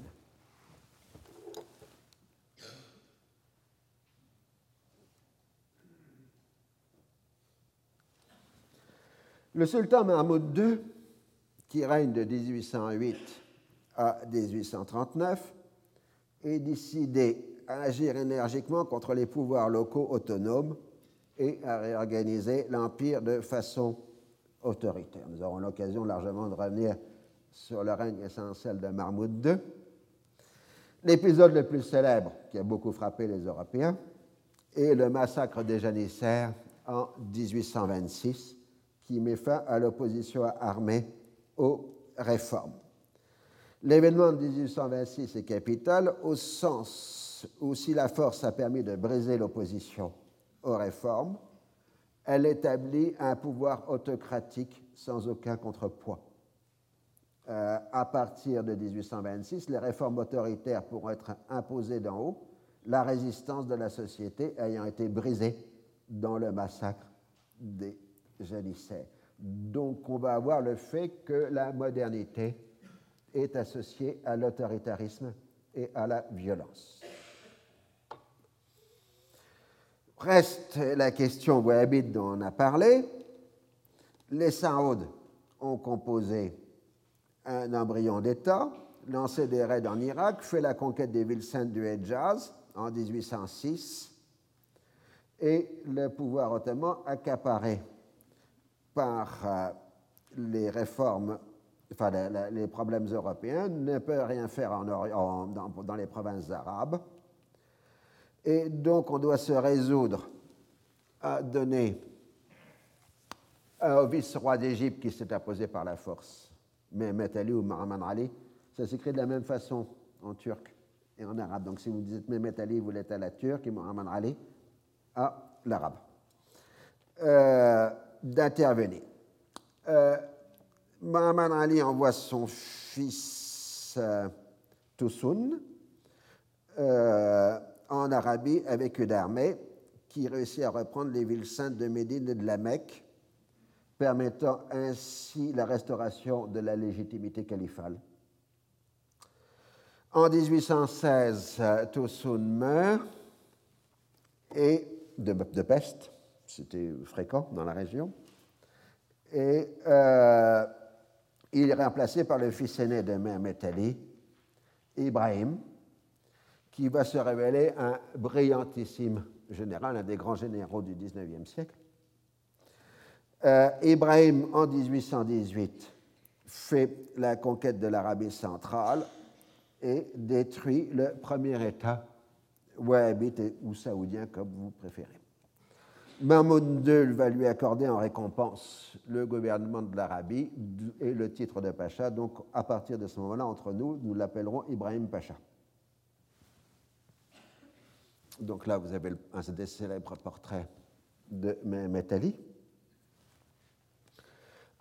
[SPEAKER 2] Le sultan Mahmoud II, qui règne de 1808 à 1839, est décidé à agir énergiquement contre les pouvoirs locaux autonomes et à réorganiser l'Empire de façon autoritaire. Nous aurons l'occasion largement de revenir sur le règne essentiel de Mahmoud II. L'épisode le plus célèbre, qui a beaucoup frappé les Européens, est le massacre des janissaires en 1826, qui met fin à l'opposition armée aux réformes. L'événement de 1826 est capital au sens où si la force a permis de briser l'opposition aux réformes, elle établit un pouvoir autocratique sans aucun contrepoids. À partir de 1826, les réformes autoritaires pourront être imposées d'en haut, la résistance de la société ayant été brisée dans le massacre des janissaires. Donc on va avoir le fait que la modernité est associée à l'autoritarisme et à la violence. Reste la question wahhabite dont on a parlé. Les Saouds ont composé un embryon d'État, lancé des raids en Irak, fait la conquête des villes saintes du Hedjaz en 1806 et le pouvoir ottoman accaparé par les réformes, enfin les problèmes européens, ne peut rien faire dans les provinces arabes. Et donc, on doit se résoudre à donner au vice-roi d'Égypte qui s'est imposé par la force, Mehmet Ali ou Muhammad Ali. Ça s'écrit de la même façon en turc et en arabe. Donc, si vous dites Mehmet Ali, vous l'êtes à la turque et Muhammad Ali à l'arabe. D'intervenir. Muhammad Ali envoie son fils Toussoun en Arabie avec une armée qui réussit à reprendre les villes saintes de Médine et de la Mecque, permettant ainsi la restauration de la légitimité califale. En 1816, Toussoun meurt et de peste, c'était fréquent dans la région, et il est remplacé par le fils aîné de Mehmet Ali, Ibrahim, qui va se révéler un brillantissime général, un des grands généraux du XIXe siècle. Ibrahim, en 1818, fait la conquête de l'Arabie centrale et détruit le premier État wahhabite ou saoudien, comme vous préférez. Mahmoud II va lui accorder en récompense le gouvernement de l'Arabie et le titre de Pacha. Donc, à partir de ce moment-là, entre nous, nous l'appellerons Ibrahim Pacha. Donc là, vous avez un des célèbres portraits de Mehmet Ali.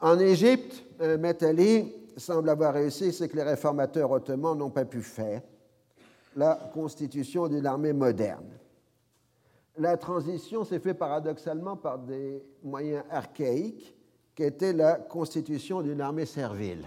[SPEAKER 2] En Égypte, Metteli semble avoir réussi ce que les réformateurs ottomans n'ont pas pu faire, la constitution d'une armée moderne. La transition s'est faite paradoxalement par des moyens archaïques qui étaient la constitution d'une armée servile.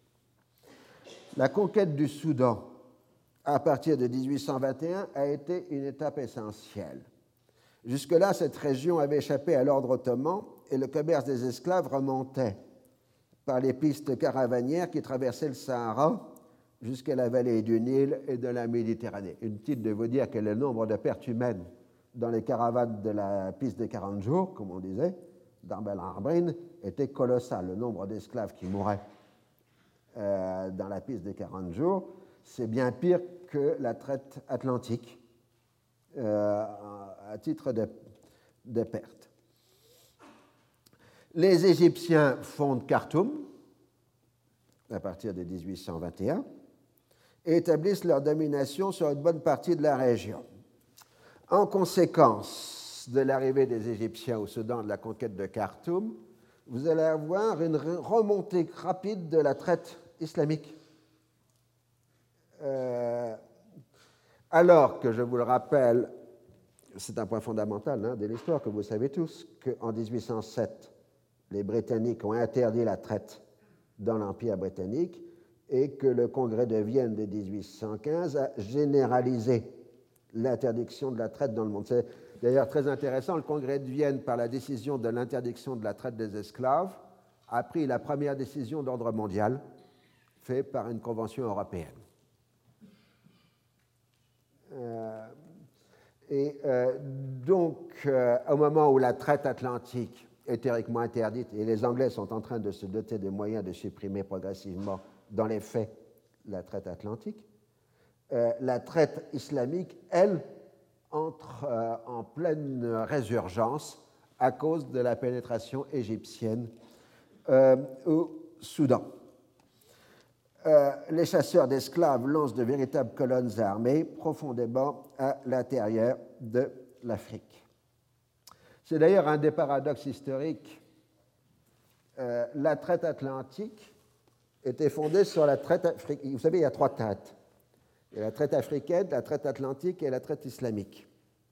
[SPEAKER 2] La conquête du Soudan, à partir de 1821, a été une étape essentielle. Jusque-là, cette région avait échappé à l'ordre ottoman et le commerce des esclaves remontait par les pistes caravanières qui traversaient le Sahara jusqu'à la vallée du Nil et de la Méditerranée. Inutile de vous dire quel est le nombre de pertes humaines dans les caravanes de la piste des 40 jours, comme on disait, d'Arb el-Arbrin, était colossal. Le nombre d'esclaves qui mouraient dans la piste des 40 jours, c'est bien pire que la traite atlantique à titre de perte. Les Égyptiens fondent Khartoum à partir de 1821 et établissent leur domination sur une bonne partie de la région. En conséquence de l'arrivée des Égyptiens au Soudan de la conquête de Khartoum, vous allez avoir une remontée rapide de la traite islamique. Alors que, je vous le rappelle, c'est un point fondamental de l'histoire que vous savez tous, qu'en 1807, les Britanniques ont interdit la traite dans l'Empire britannique et que le Congrès de Vienne de 1815 a généralisé l'interdiction de la traite dans le monde. C'est d'ailleurs très intéressant, le Congrès de Vienne, par la décision de l'interdiction de la traite des esclaves, a pris la première décision d'ordre mondial faite par une convention européenne. Donc, au moment où la traite atlantique est théoriquement interdite et les Anglais sont en train de se doter des moyens de supprimer progressivement, dans les faits, la traite atlantique, la traite islamique, elle, entre en pleine résurgence à cause de la pénétration égyptienne au Soudan. Les chasseurs d'esclaves lancent de véritables colonnes armées profondément à l'intérieur de l'Afrique. C'est d'ailleurs un des paradoxes historiques. La traite atlantique était fondée sur la traite africaine. Vous savez, il y a trois traites. Il y a la traite africaine, la traite atlantique et la traite islamique.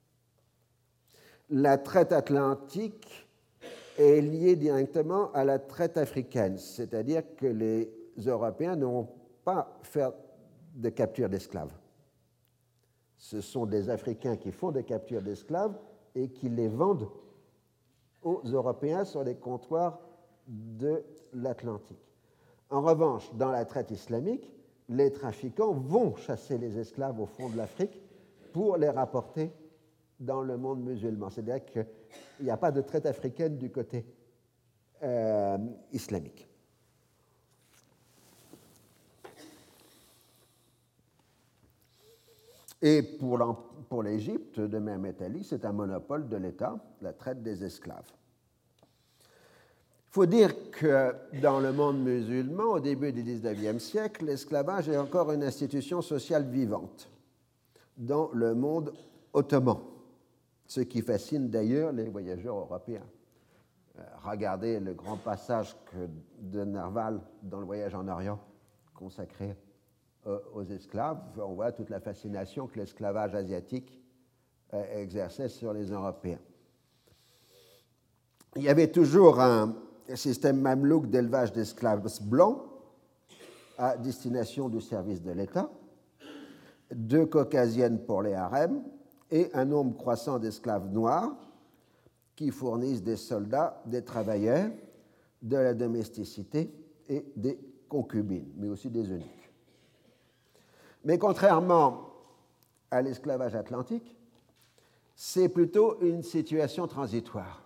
[SPEAKER 2] La traite atlantique est liée directement à la traite africaine, c'est-à-dire que les Européens n'ont pas fait de capture d'esclaves. Ce sont des Africains qui font des captures d'esclaves et qui les vendent aux Européens sur les comptoirs de l'Atlantique. En revanche, dans la traite islamique, les trafiquants vont chasser les esclaves au fond de l'Afrique pour les rapporter dans le monde musulman. C'est-à-dire qu'il n'y a pas de traite africaine du côté islamique. Et pour l'Égypte, de même Metteli, c'est un monopole de l'État, la traite des esclaves. Il faut dire que dans le monde musulman, au début du XIXe siècle, l'esclavage est encore une institution sociale vivante dans le monde ottoman, ce qui fascine d'ailleurs les voyageurs européens. Regardez le grand passage de Nerval dans le Voyage en Orient, consacré aux esclaves. On voit toute la fascination que l'esclavage asiatique exerçait sur les Européens. Il y avait toujours un système mamelouk d'élevage d'esclaves blancs à destination du service de l'État, 2 caucasiennes pour les harems et un nombre croissant d'esclaves noirs qui fournissent des soldats, des travailleurs, de la domesticité et des concubines, mais aussi des eunuques. Mais contrairement à l'esclavage atlantique, c'est plutôt une situation transitoire.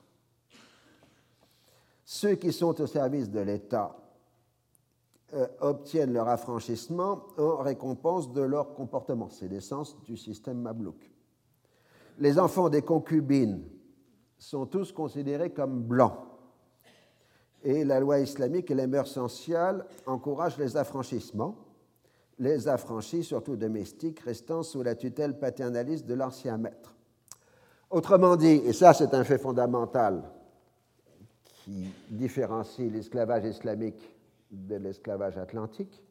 [SPEAKER 2] Ceux qui sont au service de l'État obtiennent leur affranchissement en récompense de leur comportement. C'est l'essence du système mamelouk. Les enfants des concubines sont tous considérés comme blancs. Et la loi islamique et les mœurs sociales encouragent les affranchissements, les affranchis, surtout domestiques, restant sous la tutelle paternaliste de l'ancien maître. Autrement dit, et ça c'est un fait fondamental qui différencie l'esclavage islamique de l'esclavage atlantique.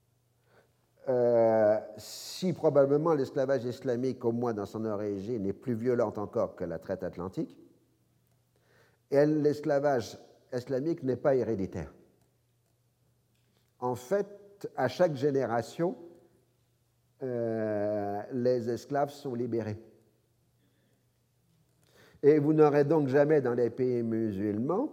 [SPEAKER 2] Si probablement l'esclavage islamique, au moins dans son origine, est plus violent encore que la traite atlantique, et l'esclavage islamique n'est pas héréditaire. En fait, à chaque génération, les esclaves sont libérés. Et vous n'aurez donc jamais dans les pays musulmans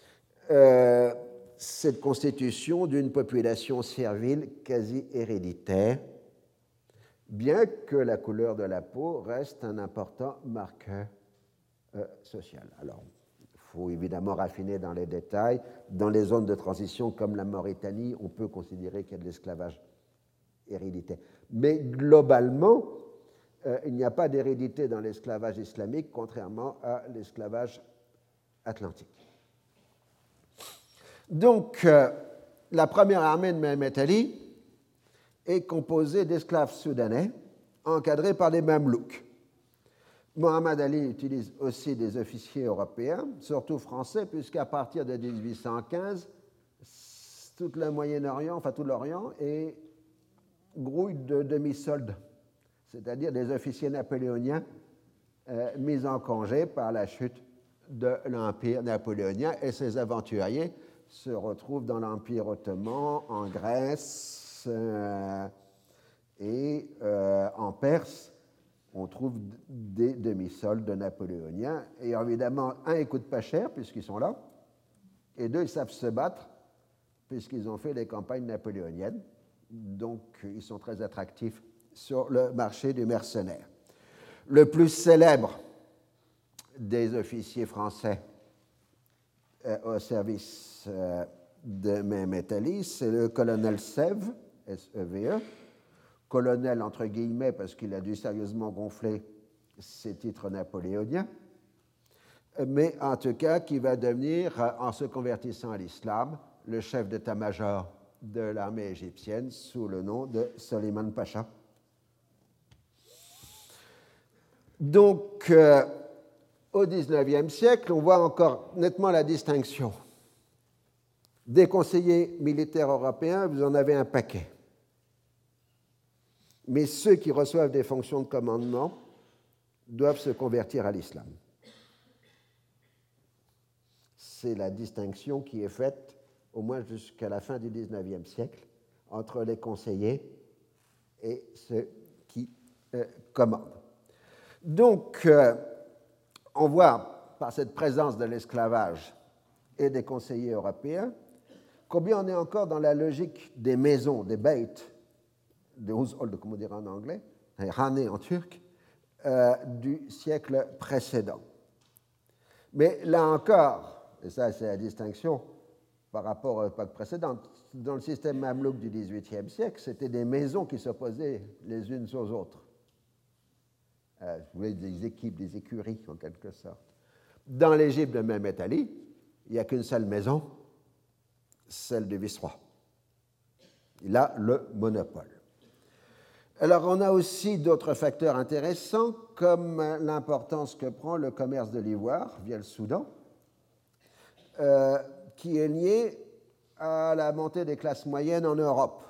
[SPEAKER 2] cette constitution d'une population servile quasi héréditaire, bien que la couleur de la peau reste un important marqueur social. Alors, il faut évidemment raffiner dans les détails. Dans les zones de transition comme la Mauritanie, on peut considérer qu'il y a de l'esclavage héréditaire. Mais globalement, il n'y a pas d'hérédité dans l'esclavage islamique, contrairement à l'esclavage atlantique. Donc, la première armée de Mehemet Ali est composée d'esclaves soudanais encadrés par les Mamelouks. Mohamed Ali utilise aussi des officiers européens, surtout français, puisqu'à partir de 1815, tout le Moyen-Orient, enfin tout l'Orient, est grouille de demi-soldes, c'est-à-dire des officiers napoléoniens mis en congé par la chute de l'Empire napoléonien, et ces aventuriers se retrouvent dans l'Empire ottoman, en Grèce et en Perse. On trouve des demi-soldes napoléoniens. Et évidemment, un, ils ne coûtent pas cher puisqu'ils sont là, et deux, ils savent se battre puisqu'ils ont fait les campagnes napoléoniennes. Donc, ils sont très attractifs sur le marché du mercenaire. Le plus célèbre des officiers français au service de Mehemet Ali, c'est le colonel Sèvres, S-E-V-E, colonel entre guillemets parce qu'il a dû sérieusement gonfler ses titres napoléoniens, mais en tout cas qui va devenir, en se convertissant à l'islam, le chef d'état-major de l'armée égyptienne sous le nom de Soliman Pacha. Donc, au XIXe siècle, on voit encore nettement la distinction. Des conseillers militaires européens, vous en avez un paquet. Mais ceux qui reçoivent des fonctions de commandement doivent se convertir à l'islam. C'est la distinction qui est faite, au moins jusqu'à la fin du XIXe siècle, entre les conseillers et ceux qui commandent. Donc, on voit par cette présence de l'esclavage et des conseillers européens combien on est encore dans la logique des maisons, des beyt, de household, comme on dirait en anglais, hané en turc, du siècle précédent. Mais là encore, et ça c'est la distinction par rapport aux époques précédentes, dans le système mamelouk du XVIIIe siècle, c'était des maisons qui s'opposaient les unes aux autres. Vous voyez, des équipes, des écuries en quelque sorte. Dans l'Égypte de Mehemet Ali, il n'y a qu'une seule maison, celle du vice-roi. Il a le monopole. Alors, on a aussi d'autres facteurs intéressants, comme l'importance que prend le commerce de l'ivoire via le Soudan, qui est lié à la montée des classes moyennes en Europe,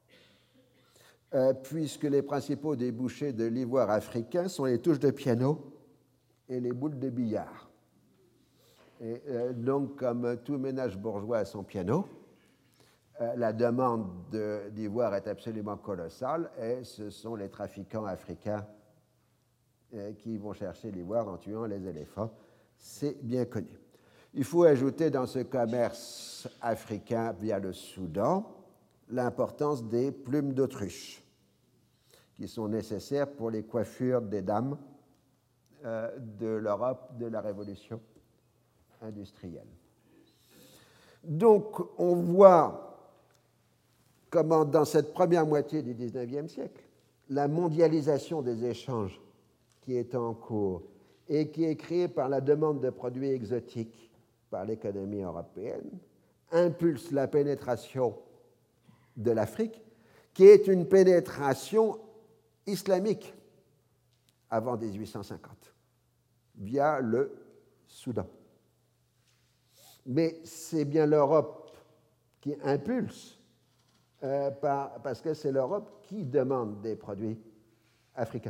[SPEAKER 2] puisque les principaux débouchés de l'ivoire africain sont les touches de piano et les boules de billard. Et donc, comme tout ménage bourgeois a son piano, la demande d'ivoire est absolument colossale et ce sont les trafiquants africains qui vont chercher l'ivoire en tuant les éléphants. C'est bien connu. Il faut ajouter dans ce commerce africain via le Soudan l'importance des plumes d'autruche qui sont nécessaires pour les coiffures des dames de l'Europe de la Révolution industrielle. Donc, on voit comment, dans cette première moitié du XIXe siècle, la mondialisation des échanges qui est en cours et qui est créée par la demande de produits exotiques par l'économie européenne impulse la pénétration de l'Afrique, qui est une pénétration islamique avant 1850, via le Soudan. Mais c'est bien l'Europe qui impulse, parce que c'est l'Europe qui demande des produits africains.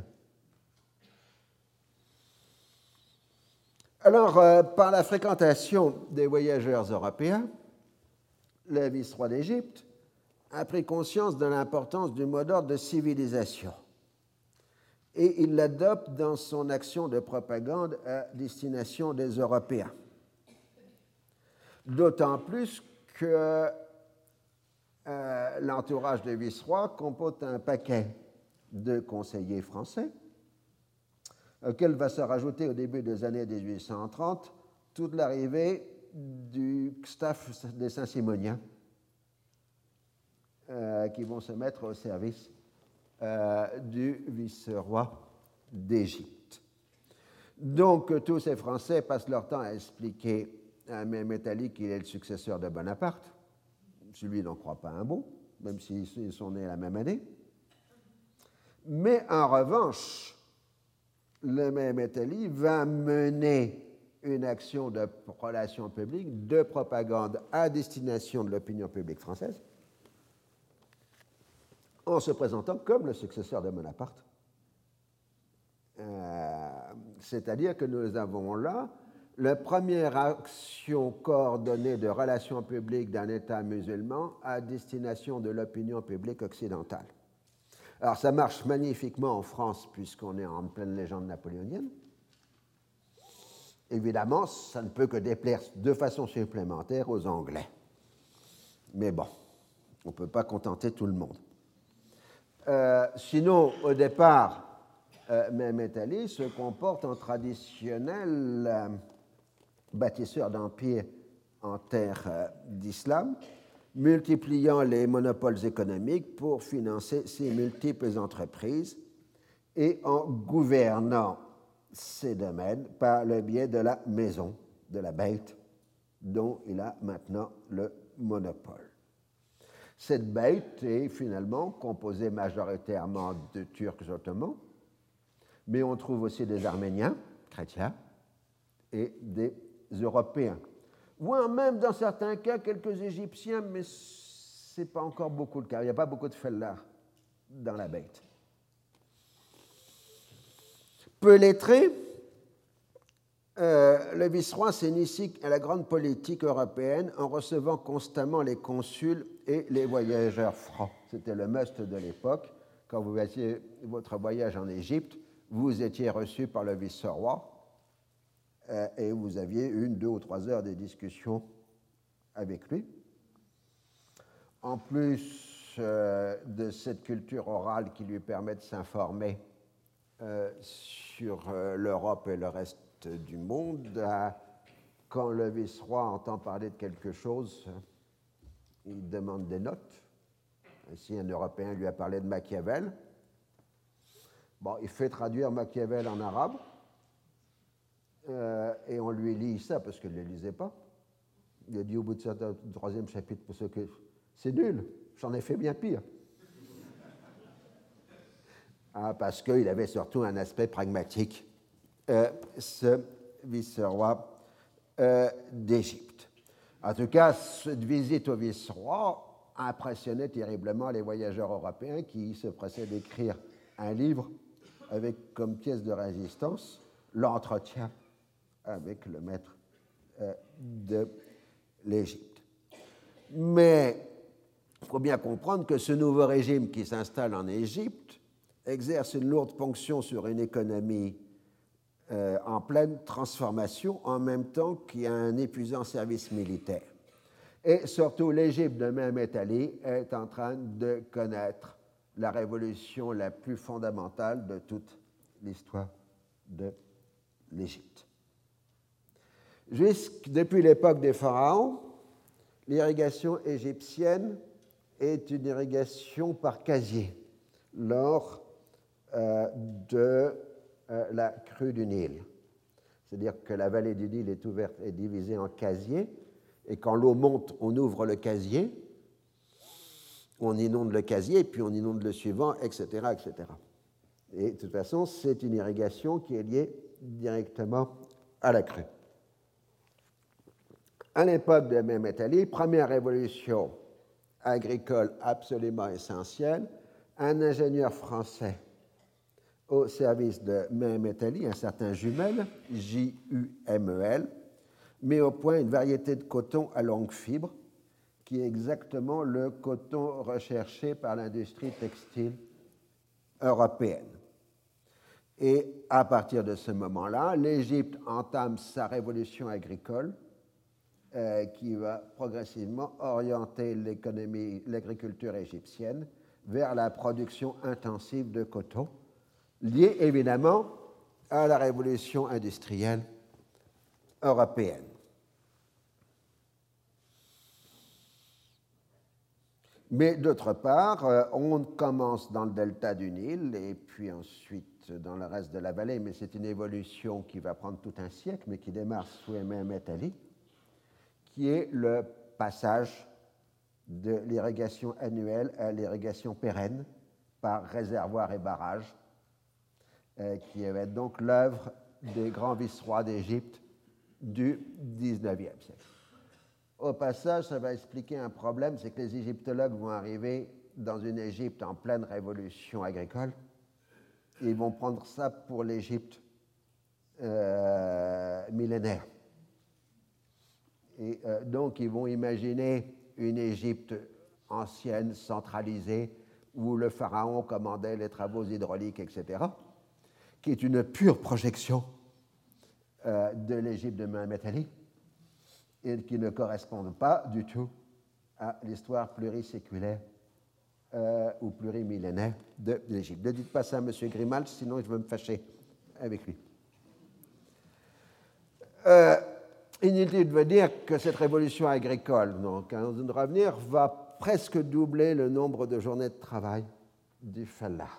[SPEAKER 2] Alors, par la fréquentation des voyageurs européens, le vice-roi d'Égypte a pris conscience de l'importance du mot d'ordre de civilisation et il l'adopte dans son action de propagande à destination des Européens. D'autant plus que l'entourage du vice-roi comporte un paquet de conseillers français auquel va se rajouter au début des années 1830 toute l'arrivée du staff des Saint-Simoniens qui vont se mettre au service du vice-roi d'Égypte. Donc, tous ces Français passent leur temps à expliquer à Mehmet Ali qu'il est le successeur de Bonaparte. Celui n'en croit pas un mot, même s'ils sont nés la même année. Mais en revanche, le Mehmet Ali va mener une action de relations publiques, de propagande à destination de l'opinion publique française, en se présentant comme le successeur de Bonaparte. C'est-à-dire que nous avons là la première action coordonnée de relations publiques d'un État musulman à destination de l'opinion publique occidentale. Alors ça marche magnifiquement en France puisqu'on est en pleine légende napoléonienne. Évidemment, ça ne peut que déplaire de façon supplémentaire aux Anglais. Mais bon, on ne peut pas contenter tout le monde. Sinon, au départ, Mehmet Ali se comporte en traditionnel bâtisseur d'empire en terre d'islam, multipliant les monopoles économiques pour financer ses multiples entreprises et en gouvernant ces domaines par le biais de la maison, de la Beyt, dont il a maintenant le monopole. Cette Beyt est finalement composée majoritairement de Turcs ottomans, mais on trouve aussi des Arméniens, chrétiens, et des Européens. Voire même, dans certains cas, quelques Égyptiens, mais ce n'est pas encore beaucoup le cas. Il n'y a pas beaucoup de fellahs dans la Beyt. Peu lettré, le vice-roi s'initie à la grande politique européenne en recevant constamment les consuls et les voyageurs francs. C'était le must de l'époque. Quand vous faisiez votre voyage en Égypte, vous étiez reçu par le vice-roi et vous aviez 1, 2 ou 3 heures de discussion avec lui. En plus de cette culture orale qui lui permet de s'informer sur l'Europe et le reste du monde, quand le vice-roi entend parler de quelque chose, il demande des notes. Si un Européen lui a parlé de Machiavel, bon, il fait traduire Machiavel en arabe et on lui lit ça parce qu'il ne le lisait pas. Il a dit au bout de ce 3e chapitre pour ceux que c'est nul, j'en ai fait bien pire. Parce qu'il avait surtout un aspect pragmatique, ce vice-roi d'Égypte. En tout cas, cette visite au vice-roi impressionnait terriblement les voyageurs européens qui se pressaient d'écrire un livre avec comme pièce de résistance l'entretien avec le maître de l'Égypte. Mais il faut bien comprendre que ce nouveau régime qui s'installe en Égypte exerce une lourde ponction sur une économie en pleine transformation en même temps qu'il y a un épuisant service militaire. Et surtout, l'Égypte de Mehmet Ali est en train de connaître la révolution la plus fondamentale de toute l'histoire de l'Égypte. Depuis l'époque des pharaons, l'irrigation égyptienne est une irrigation par casier lors de la crue du Nil. C'est-à-dire que la vallée du Nil est ouverte et divisée en casiers, et quand l'eau monte, on ouvre le casier, on inonde le casier, puis on inonde le suivant, etc., etc. Et de toute façon, c'est une irrigation qui est liée directement à la crue. À l'époque de Mehmet Ali, première révolution agricole absolument essentielle, un ingénieur français au service de Mehmet Ali, un certain Jumel, Jumel, met au point une variété de coton à longue fibre, qui est exactement le coton recherché par l'industrie textile européenne. Et à partir de ce moment-là, l'Égypte entame sa révolution agricole qui va progressivement orienter l'agriculture égyptienne vers la production intensive de coton, liée évidemment à la révolution industrielle européenne. Mais d'autre part, on commence dans le delta du Nil et puis ensuite dans le reste de la vallée, mais c'est une évolution qui va prendre tout un siècle, mais qui démarre sous Mehmet Ali, qui est le passage de l'irrigation annuelle à l'irrigation pérenne par réservoir et barrage, qui va être donc l'œuvre des grands vice-rois d'Égypte du XIXe siècle. Au passage, ça va expliquer un problème, c'est que les égyptologues vont arriver dans une Égypte en pleine révolution agricole, et ils vont prendre ça pour l'Égypte millénaire. Et donc, ils vont imaginer une Égypte ancienne, centralisée, où le pharaon commandait les travaux hydrauliques, etc., qui est une pure projection de l'Égypte de Mehmet Ali et qui ne correspond pas du tout à l'histoire pluriséculaire ou plurimillénaire de l'Égypte. Ne dites pas ça à M. Grimal, sinon je vais me fâcher avec lui. Inutile de dire que cette révolution agricole, donc, à un revenir, va presque doubler le nombre de journées de travail du fallah.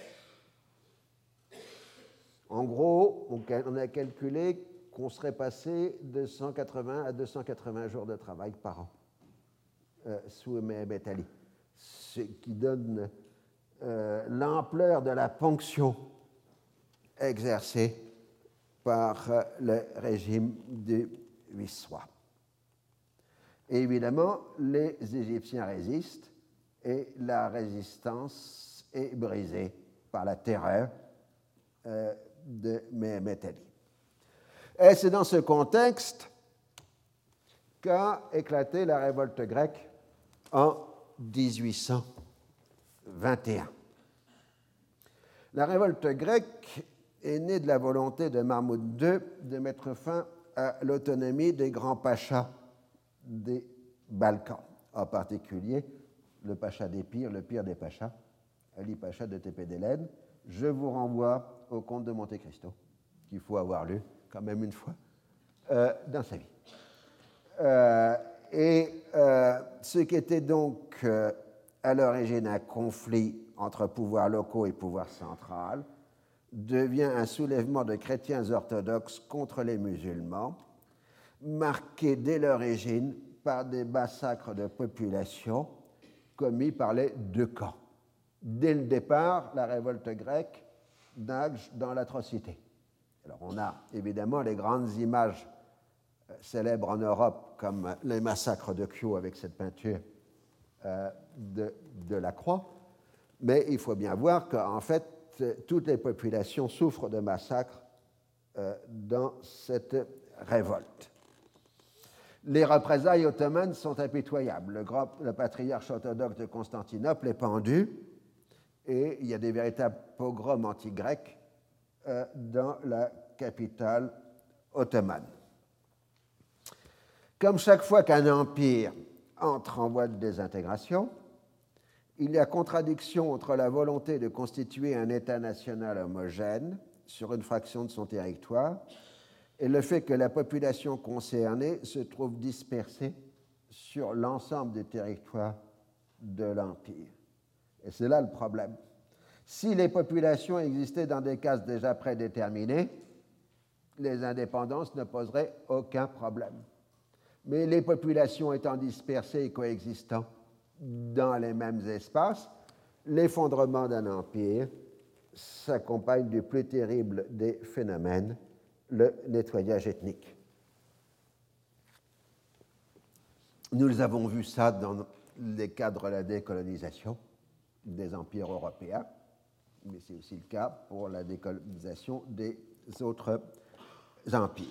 [SPEAKER 2] En gros, on a calculé qu'on serait passé de 180 à 280 jours de travail par an sous Mehmet Ali, ce qui donne l'ampleur de la ponction exercée par le régime du vice-roi. Et évidemment, les Égyptiens résistent et la résistance est brisée par la terreur de Mehmet Ali. Et c'est dans ce contexte qu'a éclaté la révolte grecque en 1821. La révolte grecque est née de la volonté de Mahmoud II de mettre fin à l'autonomie des grands pachas des Balkans, en particulier le pacha d'Épire, le pire des pachas, Ali Pacha de Tépédélène. Je vous renvoie au Comte de Monte Cristo, qu'il faut avoir lu quand même une fois dans sa vie. Ce qui était donc à l'origine un conflit entre pouvoirs locaux et pouvoir central devient un soulèvement de chrétiens orthodoxes contre les musulmans, marqué dès l'origine par des massacres de population commis par les deux camps. Dès le départ, la révolte grecque nage dans l'atrocité. Alors on a évidemment les grandes images célèbres en Europe, comme les massacres de Kyo avec cette peinture de la croix, mais il faut bien voir qu'en fait, toutes les populations souffrent de massacres dans cette révolte. Les représailles ottomanes sont impitoyables. Le patriarche orthodoxe de Constantinople est pendu et il y a des véritables pogroms anti-grecs dans la capitale ottomane. Comme chaque fois qu'un empire entre en voie de désintégration, il y a contradiction entre la volonté de constituer un État national homogène sur une fraction de son territoire et le fait que la population concernée se trouve dispersée sur l'ensemble du territoire de l'Empire. Et c'est là le problème. Si les populations existaient dans des cases déjà prédéterminées, les indépendances ne poseraient aucun problème. Mais les populations étant dispersées et coexistant dans les mêmes espaces, l'effondrement d'un empire s'accompagne du plus terrible des phénomènes, le nettoyage ethnique. Nous avons vu ça dans les cadres de la décolonisation des empires européens, mais c'est aussi le cas pour la décolonisation des autres empires.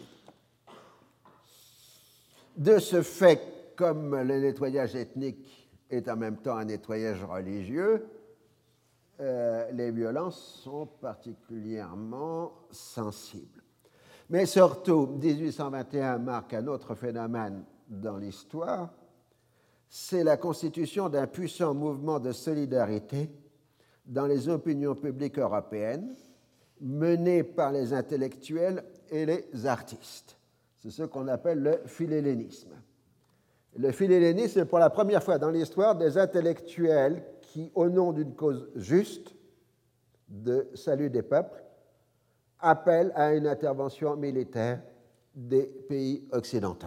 [SPEAKER 2] De ce fait, comme le nettoyage ethnique est en même temps un nettoyage religieux, les violences sont particulièrement sensibles. Mais surtout, 1821 marque un autre phénomène dans l'histoire, c'est la constitution d'un puissant mouvement de solidarité dans les opinions publiques européennes, mené par les intellectuels et les artistes. C'est ce qu'on appelle le philhellénisme. Le philhellénisme, c'est pour la première fois dans l'histoire des intellectuels qui, au nom d'une cause juste de salut des peuples, appellent à une intervention militaire des pays occidentaux.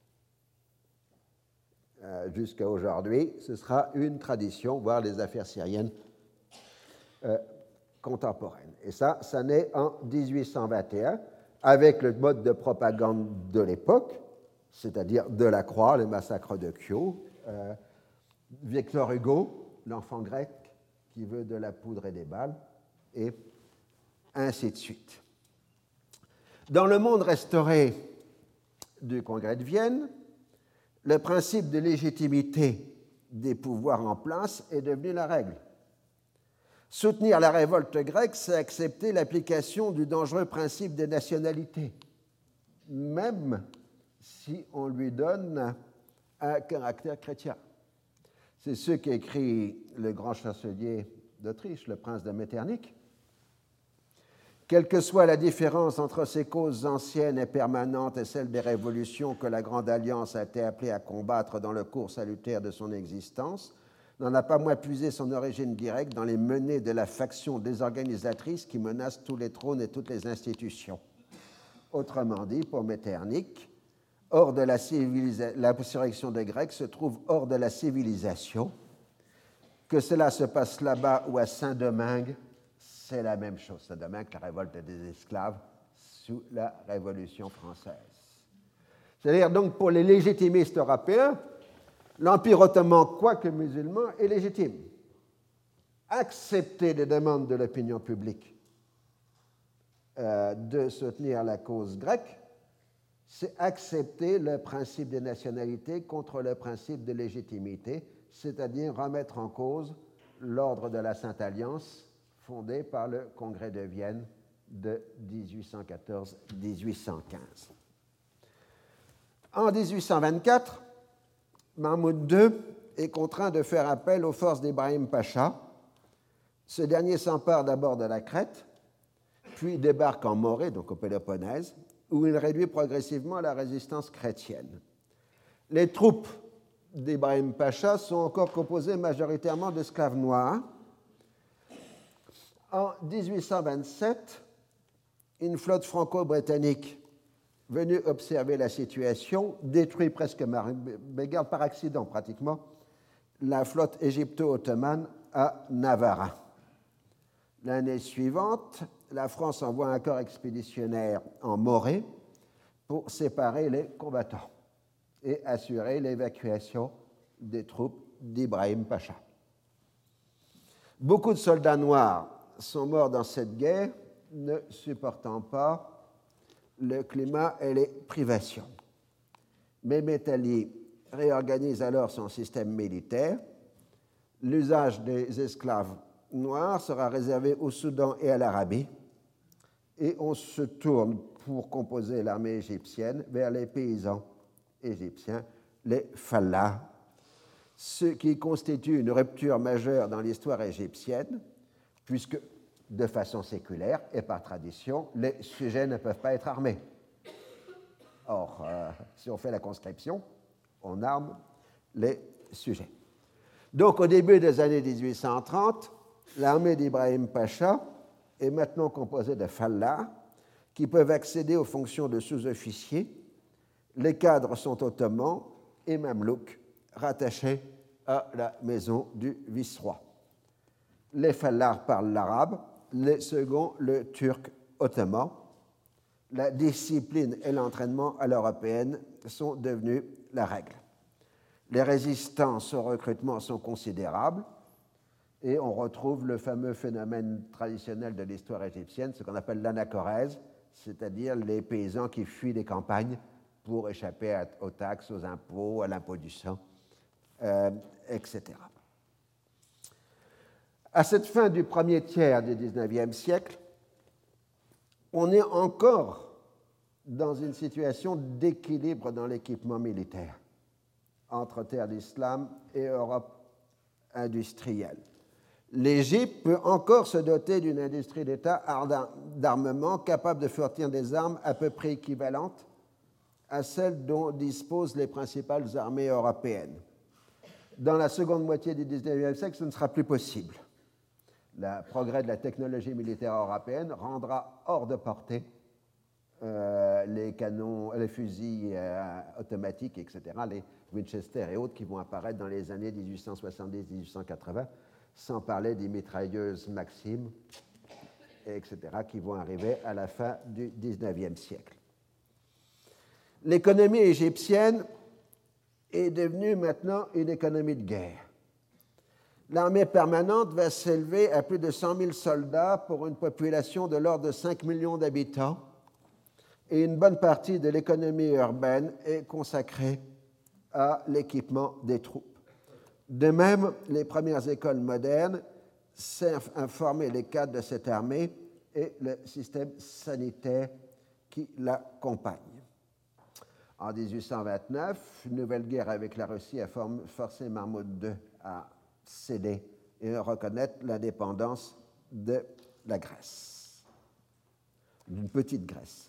[SPEAKER 2] Jusqu'à aujourd'hui, ce sera une tradition, voire les affaires syriennes contemporaines. Et ça naît en 1821 avec le mode de propagande de l'époque, c'est-à-dire Delacroix, le massacre de Kyo, Victor Hugo, l'enfant grec qui veut de la poudre et des balles, et ainsi de suite. Dans le monde restauré du Congrès de Vienne, le principe de légitimité des pouvoirs en place est devenu la règle. Soutenir la révolte grecque, c'est accepter l'application du dangereux principe des nationalités, même si on lui donne un caractère chrétien. C'est ce qu'écrit le grand chancelier d'Autriche, le prince de Metternich. Quelle que soit la différence entre ces causes anciennes et permanentes et celles des révolutions que la Grande Alliance a été appelée à combattre dans le cours salutaire de son existence, n'en a pas moins puisé son origine directe dans les menées de la faction désorganisatrice qui menace tous les trônes et toutes les institutions. Autrement dit, pour Metternich, l'insurrection des Grecs se trouve hors de la civilisation. Que cela se passe là-bas ou à Saint-Domingue, c'est la même chose. Saint-Domingue, la révolte des esclaves sous la Révolution française. C'est-à-dire donc pour les légitimistes européens, l'Empire ottoman, quoique musulman, est légitime. Accepter les demandes de l'opinion publique de soutenir la cause grecque, c'est accepter le principe des nationalités contre le principe de légitimité, c'est-à-dire remettre en cause l'ordre de la Sainte Alliance fondé par le Congrès de Vienne de 1814-1815. En 1824, Mahmoud II est contraint de faire appel aux forces d'Ibrahim Pacha. Ce dernier s'empare d'abord de la Crète, puis débarque en Morée, donc au Péloponnèse, où il réduit progressivement la résistance chrétienne. Les troupes d'Ibrahim Pacha sont encore composées majoritairement d'esclaves noirs. En 1827, une flotte franco-britannique venue observer la situation détruit presque par accident pratiquement la flotte égypto-ottomane à Navarra. L'année suivante, la France envoie un corps expéditionnaire en Morée pour séparer les combattants et assurer l'évacuation des troupes d'Ibrahim Pacha. Beaucoup de soldats noirs sont morts dans cette guerre, ne supportant pas le climat et les privations. Mehmet Ali réorganise alors son système militaire. L'usage des esclaves noirs sera réservé au Soudan et à l'Arabie, et on se tourne pour composer l'armée égyptienne vers les paysans égyptiens, les fallahs, ce qui constitue une rupture majeure dans l'histoire égyptienne, puisque de façon séculaire et par tradition, les sujets ne peuvent pas être armés. Or, si on fait la conscription, on arme les sujets. Donc, au début des années 1830, l'armée d'Ibrahim Pacha est maintenant composée de fallahs qui peuvent accéder aux fonctions de sous-officiers. Les cadres sont ottomans et mamelouks rattachés à la maison du vice-roi. Les fallahs parlent l'arabe, les seconds le turc ottoman. La discipline et l'entraînement à l'européenne sont devenus la règle. Les résistances au recrutement sont considérables et on retrouve le fameux phénomène traditionnel de l'histoire égyptienne, ce qu'on appelle l'anachorèse, c'est-à-dire les paysans qui fuient les campagnes pour échapper aux taxes, aux impôts, à l'impôt du sang, etc. À cette fin du premier tiers du XIXe siècle, on est encore dans une situation d'équilibre dans l'équipement militaire entre terre d'islam et Europe industrielle. L'Égypte peut encore se doter d'une industrie d'État d'armement capable de fournir des armes à peu près équivalentes à celles dont disposent les principales armées européennes. Dans la seconde moitié du XIXe siècle, ce ne sera plus possible. Le progrès de la technologie militaire européenne rendra hors de portée les canons, les fusils automatiques, etc., les Winchester et autres qui vont apparaître dans les années 1870-1880, sans parler des mitrailleuses Maxim, etc., qui vont arriver à la fin du XIXe siècle. L'économie égyptienne est devenue maintenant une économie de guerre. L'armée permanente va s'élever à plus de 100 000 soldats pour une population de l'ordre de 5 millions d'habitants, et une bonne partie de l'économie urbaine est consacrée à l'équipement des troupes. De même, les premières écoles modernes servent à former les cadres de cette armée et le système sanitaire qui l'accompagne. En 1829, une nouvelle guerre avec la Russie a forcé Mahmoud II à céder et à reconnaître l'indépendance de la Grèce, d'une petite Grèce.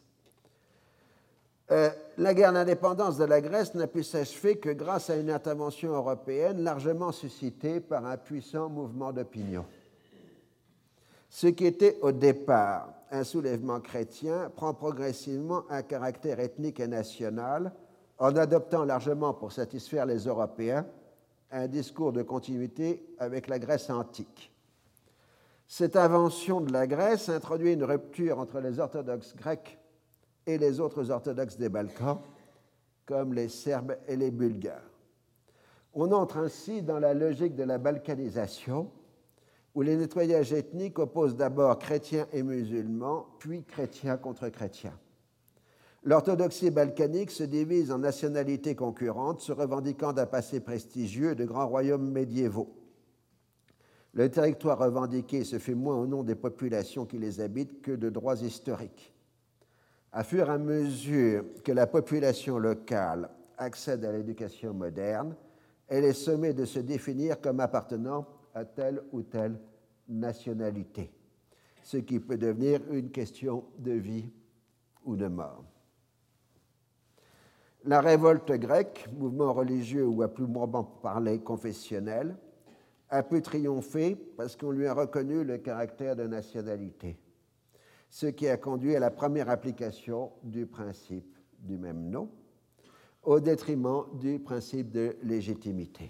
[SPEAKER 2] La guerre d'indépendance de la Grèce n'a pu s'achever que grâce à une intervention européenne largement suscitée par un puissant mouvement d'opinion. Ce qui était au départ un soulèvement chrétien prend progressivement un caractère ethnique et national en adoptant largement pour satisfaire les Européens un discours de continuité avec la Grèce antique. Cette invention de la Grèce introduit une rupture entre les orthodoxes grecs et les autres orthodoxes des Balkans, comme les Serbes et les Bulgares. On entre ainsi dans la logique de la balkanisation, où les nettoyages ethniques opposent d'abord chrétiens et musulmans, puis chrétiens contre chrétiens. L'orthodoxie balkanique se divise en nationalités concurrentes, se revendiquant d'un passé prestigieux de grands royaumes médiévaux. Le territoire revendiqué se fait moins au nom des populations qui les habitent que de droits historiques. À fur et à mesure que la population locale accède à l'éducation moderne, elle est sommée de se définir comme appartenant à telle ou telle nationalité, ce qui peut devenir une question de vie ou de mort. La révolte grecque, mouvement religieux ou à plus probablement parler confessionnel, a pu triompher parce qu'on lui a reconnu le caractère de nationalité, ce qui a conduit à la première application du principe du même nom, au détriment du principe de légitimité.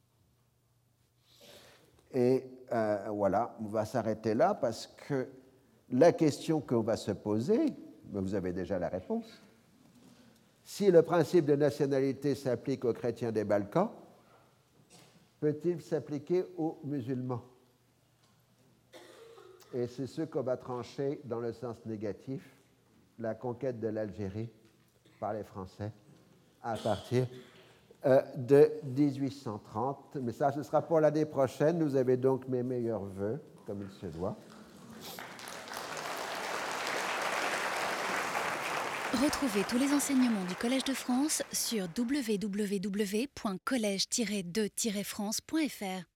[SPEAKER 2] Et voilà, on va s'arrêter là parce que la question qu'on va se poser, vous avez déjà la réponse, si le principe de nationalité s'applique aux chrétiens des Balkans, peut-il s'appliquer aux musulmans? Et c'est ce qu'on va trancher dans le sens négatif, la conquête de l'Algérie par les Français à partir de 1830. Mais ça, ce sera pour l'année prochaine. Vous avez donc mes meilleurs vœux, comme il se doit.
[SPEAKER 1] Retrouvez tous les enseignements du Collège de France sur www.collège-2-france.fr.